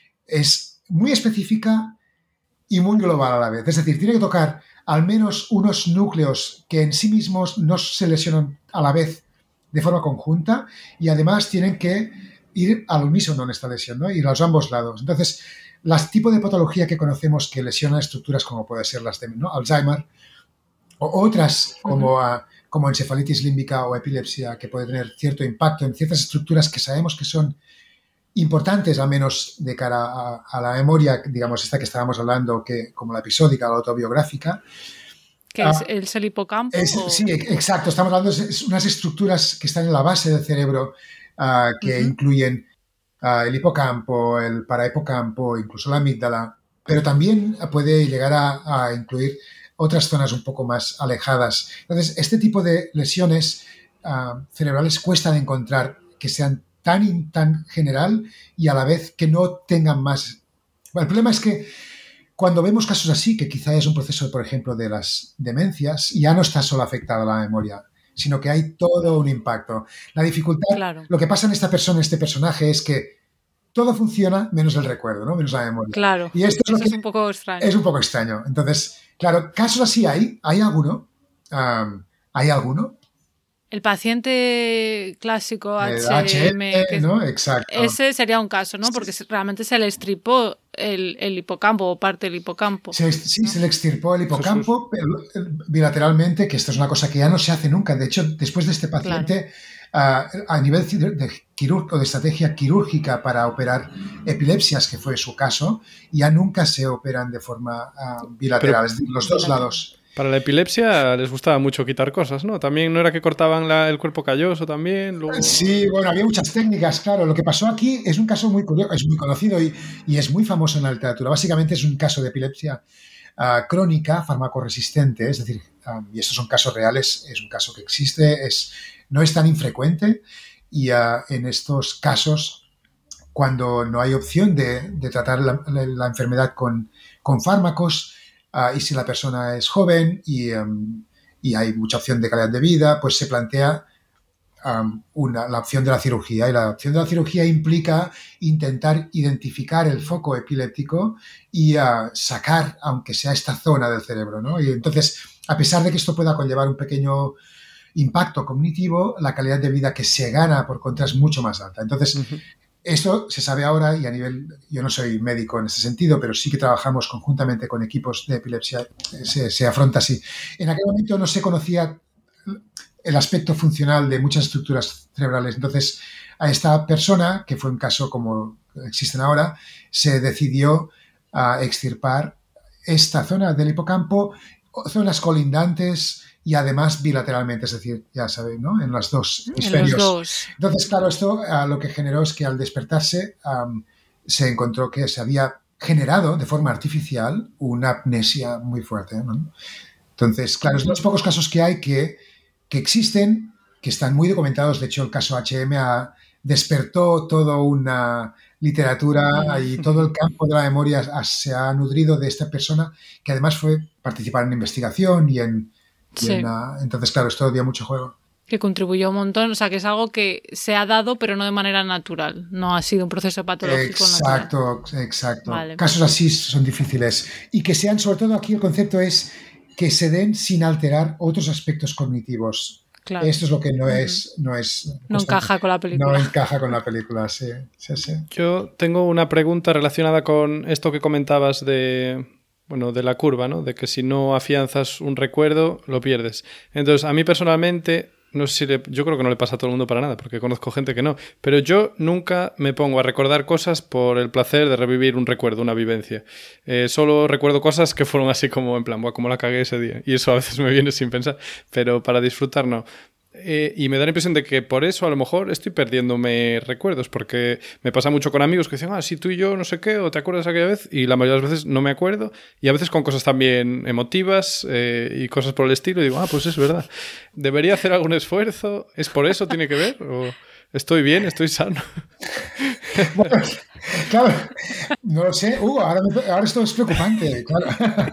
es muy específica y muy global a la vez. Es decir, tiene que tocar al menos unos núcleos que en sí mismos no se lesionan a la vez de forma conjunta y además tienen que ir al unísono en esta lesión, ¿no? Ir a los ambos lados. Entonces, las tipos de patología que conocemos que lesionan estructuras como puede ser las de ¿no? Alzheimer o otras como, uh, como encefalitis límbica o epilepsia que puede tener cierto impacto en ciertas estructuras que sabemos que son importantes, al menos de cara a, a la memoria, digamos, esta que estábamos hablando, que como la episódica, la autobiográfica. ¿Qué uh, es el, el hipocampo? Es, o... Sí, exacto. Estamos hablando de unas estructuras que están en la base del cerebro Uh, que uh-huh. incluyen uh, el hipocampo, el parahipocampo, incluso la amígdala, pero también puede llegar a, a incluir otras zonas un poco más alejadas. Entonces, este tipo de lesiones uh, cerebrales cuesta de encontrar que sean tan, tan general y a la vez que no tengan más... Bueno, el problema es que cuando vemos casos así, que quizá es un proceso, por ejemplo, de las demencias, ya no está solo afectada la memoria, sino que hay todo un impacto. La dificultad, Claro. lo que pasa en esta persona, este personaje, es que todo funciona menos el recuerdo, ¿no? Menos la memoria. Claro. Y esto es, lo Eso que es un poco extraño. es un poco extraño. Entonces, claro, casos así hay, hay alguno, um, hay alguno. El paciente clásico El H M, que ¿no? Exacto. ese sería un caso, ¿no? Porque realmente se le estripó el, el hipocampo o parte del hipocampo. Se, sí, ¿no? Se le extirpó el hipocampo pero, bilateralmente, que esto es una cosa que ya no se hace nunca. De hecho, después de este paciente, claro. uh, a nivel de quirúrgico, de estrategia quirúrgica para operar epilepsias, que fue su caso, ya nunca se operan de forma uh, bilateral, pero, es decir, los dos bilateral. lados. Para la epilepsia les gustaba mucho quitar cosas, ¿no? También no era que cortaban la, el cuerpo calloso también. Luego... Sí, bueno, había muchas técnicas, claro. Lo que pasó aquí es un caso muy curioso, es muy conocido y, y es muy famoso en la literatura. Básicamente es un caso de epilepsia uh, crónica, farmacoresistente, es decir, um, y estos son casos reales, es un caso que existe, es, no es tan infrecuente y uh, en estos casos, cuando no hay opción de, de tratar la, la, la enfermedad con, con fármacos, Uh, y si la persona es joven y, um, y hay mucha opción de calidad de vida, pues se plantea um, una, la opción de la cirugía. Y la opción de la cirugía implica intentar identificar el foco epiléptico y uh, sacar, aunque sea esta zona del cerebro, ¿no? Y entonces, a pesar de que esto pueda conllevar un pequeño impacto cognitivo, la calidad de vida que se gana por contra es mucho más alta. Entonces, uh-huh. Esto se sabe ahora y a nivel, yo no soy médico en ese sentido, pero sí que trabajamos conjuntamente con equipos de epilepsia, se, se afronta así. En aquel momento no se conocía el aspecto funcional de muchas estructuras cerebrales, entonces a esta persona, que fue un caso como existen ahora, se decidió uh, extirpar esta zona del hipocampo, zonas colindantes y además bilateralmente, es decir, ya sabéis, ¿no? En los dos hemisferios. En los dos. Entonces, claro, esto uh, lo que generó es que al despertarse um, se encontró que se había generado de forma artificial una amnesia muy fuerte, ¿no? Entonces, claro, es de los pocos casos que hay que, que existen, que están muy documentados. De hecho, el caso H M A despertó toda una literatura y todo el campo de la memoria se ha nutrido de esta persona, que además fue participar en investigación y en... Sí. En la, entonces, claro, esto dio mucho juego. Que contribuyó un montón, o sea, que es algo que se ha dado, pero no de manera natural. No ha sido un proceso patológico exacto, natural. Exacto, vale. Casos así son difíciles. Y que sean, sobre todo aquí el concepto es que se den sin alterar otros aspectos cognitivos. Claro. Esto es lo que no es... No, es, no encaja con la película. No encaja con la película, sí, sí, sí. Yo tengo una pregunta relacionada con esto que comentabas de... Bueno, de la curva, ¿no? De que si no afianzas un recuerdo, lo pierdes. Entonces, a mí personalmente, no sé si le, yo creo que no le pasa a todo el mundo para nada, porque conozco gente que no, pero yo nunca me pongo a recordar cosas por el placer de revivir un recuerdo, una vivencia. Eh, solo recuerdo cosas que fueron así como en plan, buah, como la cagué ese día. Y eso a veces me viene sin pensar, pero para disfrutar no. Eh, y me da la impresión de que por eso a lo mejor estoy perdiéndome recuerdos, porque me pasa mucho con amigos que dicen, ah, sí, tú y yo no sé qué, o te acuerdas aquella vez, y la mayoría de las veces no me acuerdo, y a veces con cosas también emotivas eh, y cosas por el estilo, y digo, ah, pues es verdad, ¿debería hacer algún esfuerzo? ¿Es por eso? ¿Tiene que ver? ¿O estoy bien? ¿Estoy sano? Bueno, claro, no lo sé. Uh, ahora, me, ahora esto es preocupante, claro.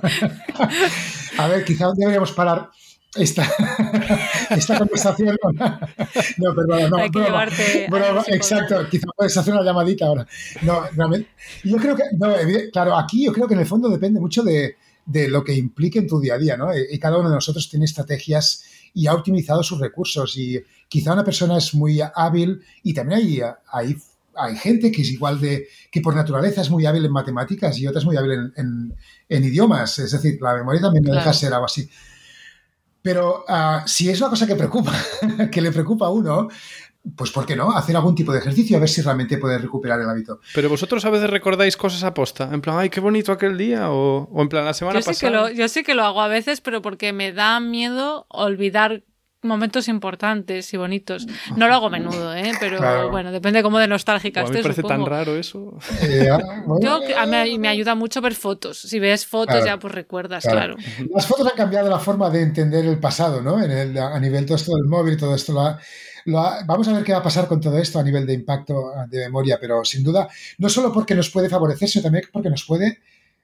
A ver, quizás deberíamos parar esta, esta conversación. No, perdón, no. Hay que broma, llevarte broma, exacto, quizás puedes hacer una llamadita ahora. No, realmente. Yo creo que, no, claro, aquí yo creo que en el fondo depende mucho de, de lo que implique en tu día a día, ¿no? Y cada uno de nosotros tiene estrategias y ha optimizado sus recursos. Y quizá una persona es muy hábil y también hay, hay, hay gente que es igual de, que por naturaleza es muy hábil en matemáticas y otra es muy hábil en, en, en idiomas. Es decir, la memoria también no claro. deja ser algo así. Pero uh, si es una cosa que preocupa, que le preocupa a uno, pues ¿por qué no? Hacer algún tipo de ejercicio a ver si realmente puedes recuperar el hábito. Pero vosotros a veces recordáis cosas a posta, en plan, ay, qué bonito aquel día, o, o en plan, la semana yo sí pasada. Que lo, yo sí que lo hago a veces, pero porque me da miedo olvidar momentos importantes y bonitos. No lo hago a menudo, ¿eh? Pero claro. bueno, depende cómo de nostálgica estés. A mí me parece supongo. tan raro eso. Eh, bueno, Yo, a mí me ayuda mucho ver fotos. Si ves fotos claro, ya pues recuerdas, claro. claro. Las fotos han cambiado la forma de entender el pasado, ¿no? En el, a nivel todo esto del móvil y todo esto. Lo ha, lo ha, vamos a ver qué va a pasar con todo esto a nivel de impacto de memoria, pero sin duda, no solo porque nos puede favorecer, sino también porque nos puede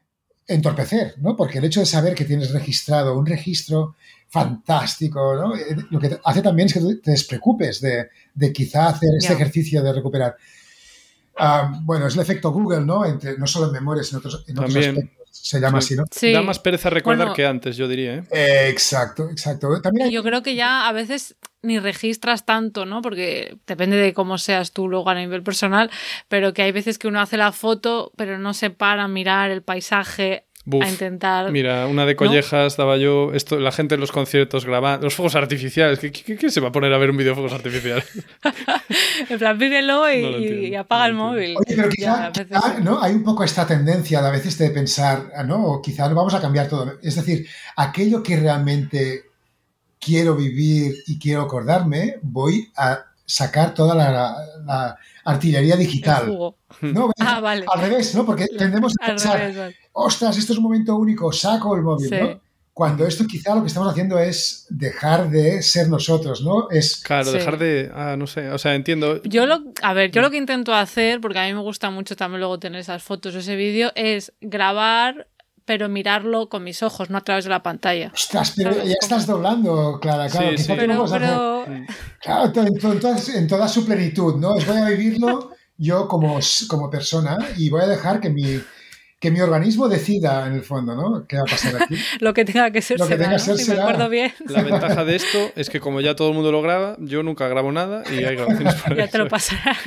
entorpecer, ¿no? Porque el hecho de saber que tienes registrado un registro fantástico, ¿no? Lo que hace también es que tú te despreocupes de, de quizá hacer este Ya. ejercicio de recuperar. Um, bueno, es el efecto Google, ¿no? Entre, no solo en memoria, sino en otros, en otros También. aspectos. Se llama Sí. así, ¿no? Sí. Da más pereza recordar Bueno, que antes, yo diría, ¿eh? Eh, exacto, exacto. También Y hay, yo creo que ya a veces ni registras tanto, ¿no? Porque depende de cómo seas tú luego a nivel personal, pero que hay veces que uno hace la foto, pero no se para a mirar el paisaje, Buf, a intentar... mira, una de collejas daba yo, esto, la gente en los conciertos grabando, los fuegos artificiales, ¿qué, qué, qué se va a poner a ver un vídeo de fuegos artificiales? En plan, pídelo y, No lo entiendo, y apaga no lo el entiendo. móvil. Oye, pero Ya, quizá, a veces quizá, sí. ¿no? Hay un poco esta tendencia a veces de pensar, ¿no? O quizá vamos a cambiar todo. Es decir, aquello que realmente quiero vivir y quiero acordarme, voy a sacar toda la, la artillería El digital. jugo. No, Ah, vale. al revés, ¿no? Porque tendemos a Al pensar, revés, vale. ostras, esto es un momento único, saco el móvil, Sí. ¿no? Cuando esto quizá lo que estamos haciendo es dejar de ser nosotros, ¿no? Es, Claro, Sí. dejar de... Ah, no sé, o sea, entiendo... Yo lo, a ver, yo lo que intento hacer, porque a mí me gusta mucho también luego tener esas fotos o ese vídeo, es grabar, pero mirarlo con mis ojos, no a través de la pantalla. ostras, pero ¿Sabes? ya Como- estás doblando, Clara, claro. Sí, quizá sí. podemos Pero, hacer- pero Mm. Claro, to- en, to- en toda, en toda su plenitud, ¿no? Es voy a vivirlo yo como, s- como persona y voy a dejar que mi, que mi organismo decida, en el fondo, ¿no? ¿Qué va a pasar aquí? lo que tenga que ser Lo que será, tenga ¿no? que ser Si será. me acuerdo bien, La ventaja de esto es que como ya todo el mundo lo graba, yo nunca grabo nada y hay grabaciones por ahí. ya te lo pasarás.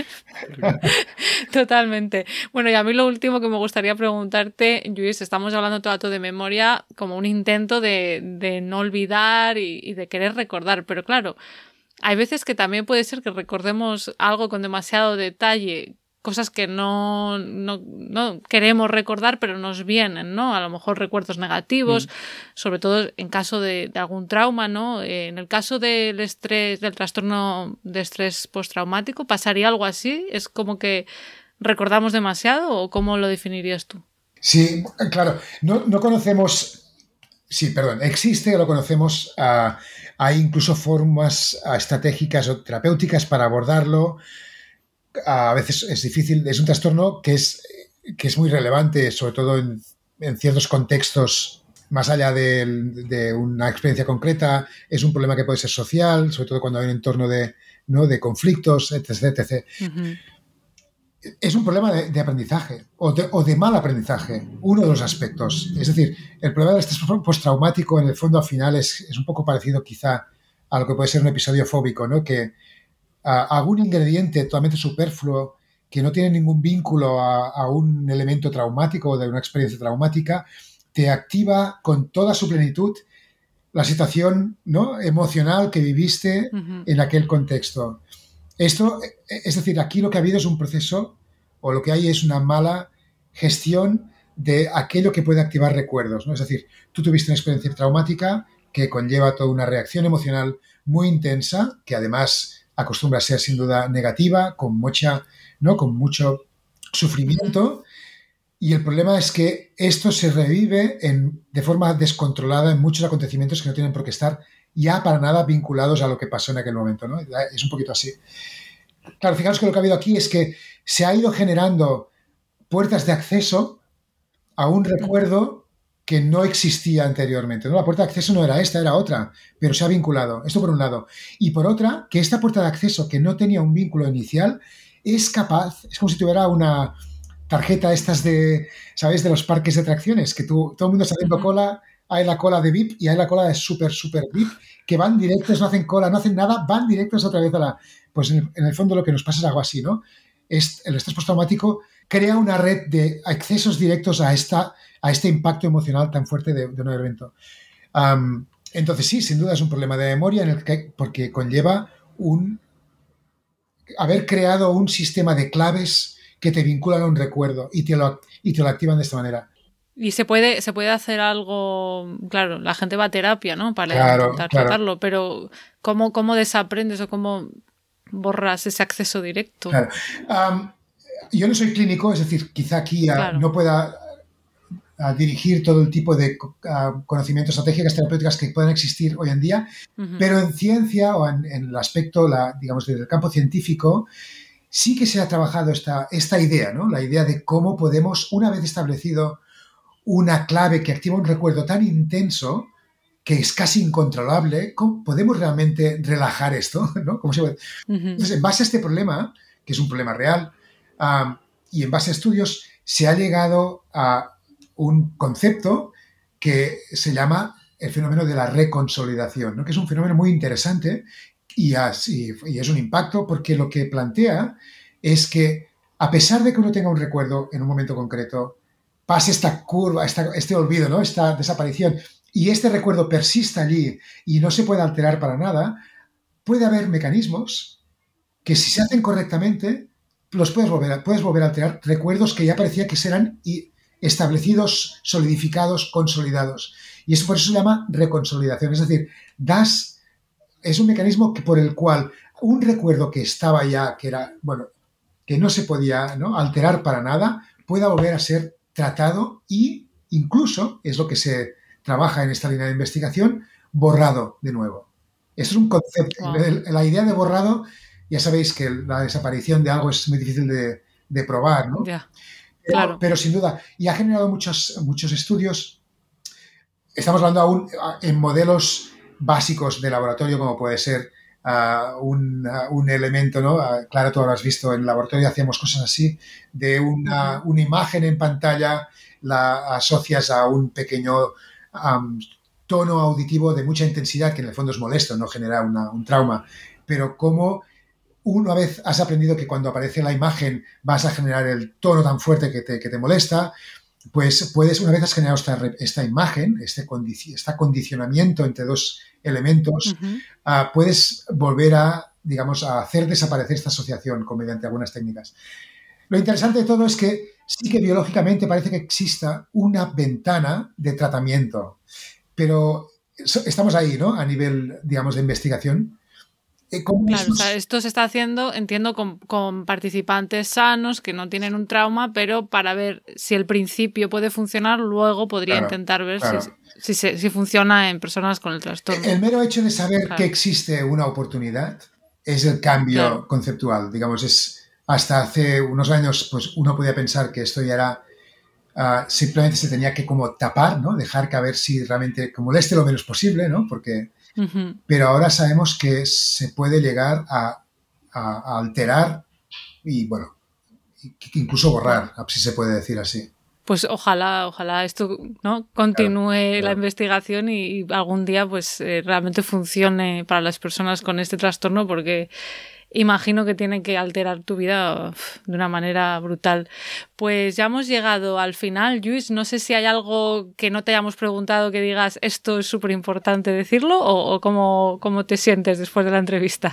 Totalmente. Bueno, y a mí lo último que me gustaría preguntarte, Lluís, estamos hablando todo el rato de memoria como un intento de, de no olvidar y, y de querer recordar, pero claro, hay veces que también puede ser que recordemos algo con demasiado detalle, cosas que no, no, no queremos recordar, pero nos vienen, ¿no? A lo mejor recuerdos negativos, Mm. sobre todo en caso de, de algún trauma, ¿no? Eh, en el caso del estrés, del trastorno de estrés postraumático, ¿pasaría algo así? ¿Es como que recordamos demasiado o cómo lo definirías tú? Sí, claro. No, no conocemos. Sí, perdón. Existe, lo conocemos. Uh, hay incluso formas uh, estratégicas o terapéuticas para abordarlo. Uh, a veces es difícil. Es un trastorno que es, que es muy relevante, sobre todo en, en ciertos contextos más allá de, de una experiencia concreta. Es un problema que puede ser social, sobre todo cuando hay un entorno de, ¿no? de conflictos, etcétera, etcétera. Uh-huh. Es un problema de, de aprendizaje o de, o de mal aprendizaje, uno de los aspectos. Es decir, el problema del estrés postraumático en el fondo al final es, es un poco parecido quizá a lo que puede ser un episodio fóbico, ¿no? Que a, algún ingrediente totalmente superfluo que no tiene ningún vínculo a, a un elemento traumático o de una experiencia traumática te activa con toda su plenitud la situación, ¿no? emocional que viviste Uh-huh. en aquel contexto. Esto, es decir, aquí lo que ha habido es un proceso, o lo que hay es una mala gestión de aquello que puede activar recuerdos, ¿no? Es decir, tú tuviste una experiencia traumática que conlleva toda una reacción emocional muy intensa, que además acostumbra a ser sin duda negativa, con mucha, ¿no? con mucho sufrimiento, y el problema es que esto se revive en, de forma descontrolada en muchos acontecimientos que no tienen por qué estar ya para nada vinculados a lo que pasó en aquel momento, ¿no? Es un poquito así. Claro, fijaos que lo que ha habido aquí es que se ha ido generando puertas de acceso a un recuerdo que no existía anteriormente, ¿no? La puerta de acceso no era esta, era otra, pero se ha vinculado. Esto por un lado. Y por otra, que esta puerta de acceso que no tenía un vínculo inicial es capaz, es como si tuviera una tarjeta estas de, ¿sabéis? De los parques de atracciones, que tú, todo el mundo está haciendo uh-huh. cola. Hay la cola de V I P y hay la cola de super, super V I P, que van directos, no hacen cola, no hacen nada, van directos otra vez a la... Pues en el, en el fondo lo que nos pasa es algo así, ¿no? Es, el estrés postraumático crea una red de accesos directos a, esta, a este impacto emocional tan fuerte de, de un evento. Um, entonces sí, sin duda es un problema de memoria en el que, porque conlleva un... haber creado un sistema de claves que te vinculan a un recuerdo y te lo, y te lo activan de esta manera. Y se puede, se puede hacer algo, claro, la gente va a terapia, ¿no? Para claro, intentar claro. tratarlo, pero ¿cómo, cómo desaprendes o cómo borras ese acceso directo? Claro. Um, yo no soy clínico, es decir, quizá aquí claro. uh, no pueda uh, dirigir todo el tipo de uh, conocimientos, estrategias terapéuticas que puedan existir hoy en día, uh-huh. pero en ciencia o en, en el aspecto, la, digamos, del campo científico, sí que se ha trabajado esta, esta idea, ¿no? La idea de cómo podemos, una vez establecido una clave que activa un recuerdo tan intenso que es casi incontrolable. ¿Cómo podemos realmente relajar esto? ¿No? ¿Cómo se puede? Uh-huh. Entonces, en base a este problema, que es un problema real, um, y en base a estudios, se ha llegado a un concepto que se llama el fenómeno de la reconsolidación, ¿no? Que es un fenómeno muy interesante y, así, y es un impacto porque lo que plantea es que a pesar de que uno tenga un recuerdo en un momento concreto, pase esta curva, esta, este olvido, ¿no? Esta desaparición, y este recuerdo persista allí y no se puede alterar para nada, puede haber mecanismos que si se hacen correctamente, los puedes volver a, puedes volver a alterar recuerdos que ya parecía que serán establecidos, solidificados, consolidados. Y eso por eso se llama reconsolidación. Es decir, das, es un mecanismo que, por el cual un recuerdo que estaba ya, que era, bueno, que no se podía, ¿no?, alterar para nada, pueda volver a ser tratado y incluso, es lo que se trabaja en esta línea de investigación, borrado de nuevo. Eso es un concepto. Wow. La idea de borrado, ya sabéis que la desaparición de algo es muy difícil de, de probar, ¿no? Yeah. Pero, claro. pero sin duda, y ha generado muchos, muchos estudios. Estamos hablando aún en modelos básicos de laboratorio, como puede ser uh, un, uh, un elemento, ¿no? Uh, claro, tú lo has visto, en el laboratorio hacíamos cosas así, de una, uh-huh. una imagen en pantalla, la asocias a un pequeño um, tono auditivo de mucha intensidad, que en el fondo es molesto, no genera una, un trauma, pero como una vez has aprendido que cuando aparece la imagen vas a generar el tono tan fuerte que te, que te molesta, pues puedes, una vez has generado esta, esta imagen, este, condici- este condicionamiento entre dos elementos, uh-huh. uh, puedes volver a, digamos, a hacer desaparecer esta asociación con, mediante algunas técnicas. Lo interesante de todo es que sí que biológicamente parece que exista una ventana de tratamiento, pero estamos ahí, ¿no? A nivel, digamos, de investigación. Claro, o sea, esto se está haciendo, entiendo, con, con participantes sanos que no tienen un trauma, pero para ver si el principio puede funcionar, luego podría claro, intentar ver claro. si, si, se, si funciona en personas con el trastorno. El mero hecho de saber claro. que existe una oportunidad es el cambio claro. conceptual. Digamos, es hasta hace unos años, pues uno podía pensar que esto ya era uh, simplemente se tenía que como tapar, ¿no? Dejar que a ver si realmente que moleste lo menos posible, ¿no? Porque Uh-huh. Pero ahora sabemos que se puede llegar a, a, a alterar y, bueno, incluso borrar, si se puede decir así. Pues ojalá, ojalá esto, ¿no?, continúe claro, claro. la investigación y, y algún día pues eh, realmente funcione para las personas con este trastorno, porque imagino que tiene que alterar tu vida de una manera brutal. Pues ya hemos llegado al final, Lluís. No sé si hay algo que no te hayamos preguntado que digas esto es súper importante decirlo o, o cómo, cómo te sientes después de la entrevista.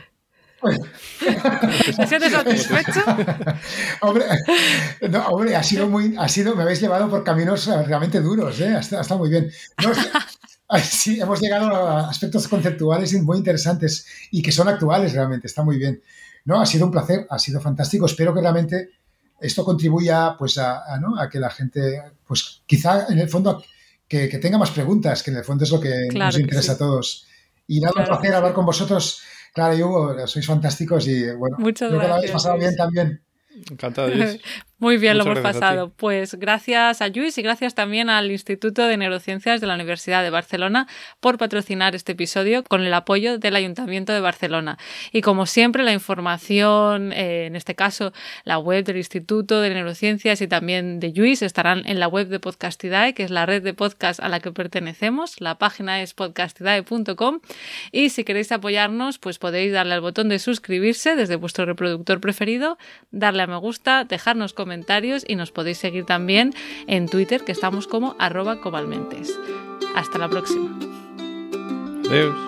¿Te sientes satisfecho? hombre, no, hombre, ha sido muy, ha sido, me habéis llevado por caminos realmente duros, ¿eh? Está, está muy bien. No, sí, hemos llegado a aspectos conceptuales muy interesantes y que son actuales realmente, está muy bien. No, ha sido un placer, ha sido fantástico. Espero que realmente esto contribuya pues a, a, ¿no? a que la gente, pues quizá en el fondo que, que tenga más preguntas, que en el fondo es lo que claro nos que interesa sí. a todos. Y nada, claro un placer hablar sí. con vosotros. Clara y Hugo, sois fantásticos y bueno, muchas creo gracias. que lo habéis pasado bien también. Encantado, Lluís. Muy bien, Muchas lo hemos pasado. A pues gracias a Lluís y gracias también al Instituto de Neurociencias de la Universidad de Barcelona por patrocinar este episodio con el apoyo del Ayuntamiento de Barcelona. Y como siempre, la información, eh, en este caso la web del Instituto de Neurociencias y también de Lluís, estarán en la web de Podcastidae, que es la red de podcast a la que pertenecemos. La página es podcastidae punto com y si queréis apoyarnos, pues podéis darle al botón de suscribirse desde vuestro reproductor preferido, darle a me gusta, dejarnos comentarios y nos podéis seguir también en Twitter, que estamos como arroba cobalmentes. Hasta la próxima. Adiós.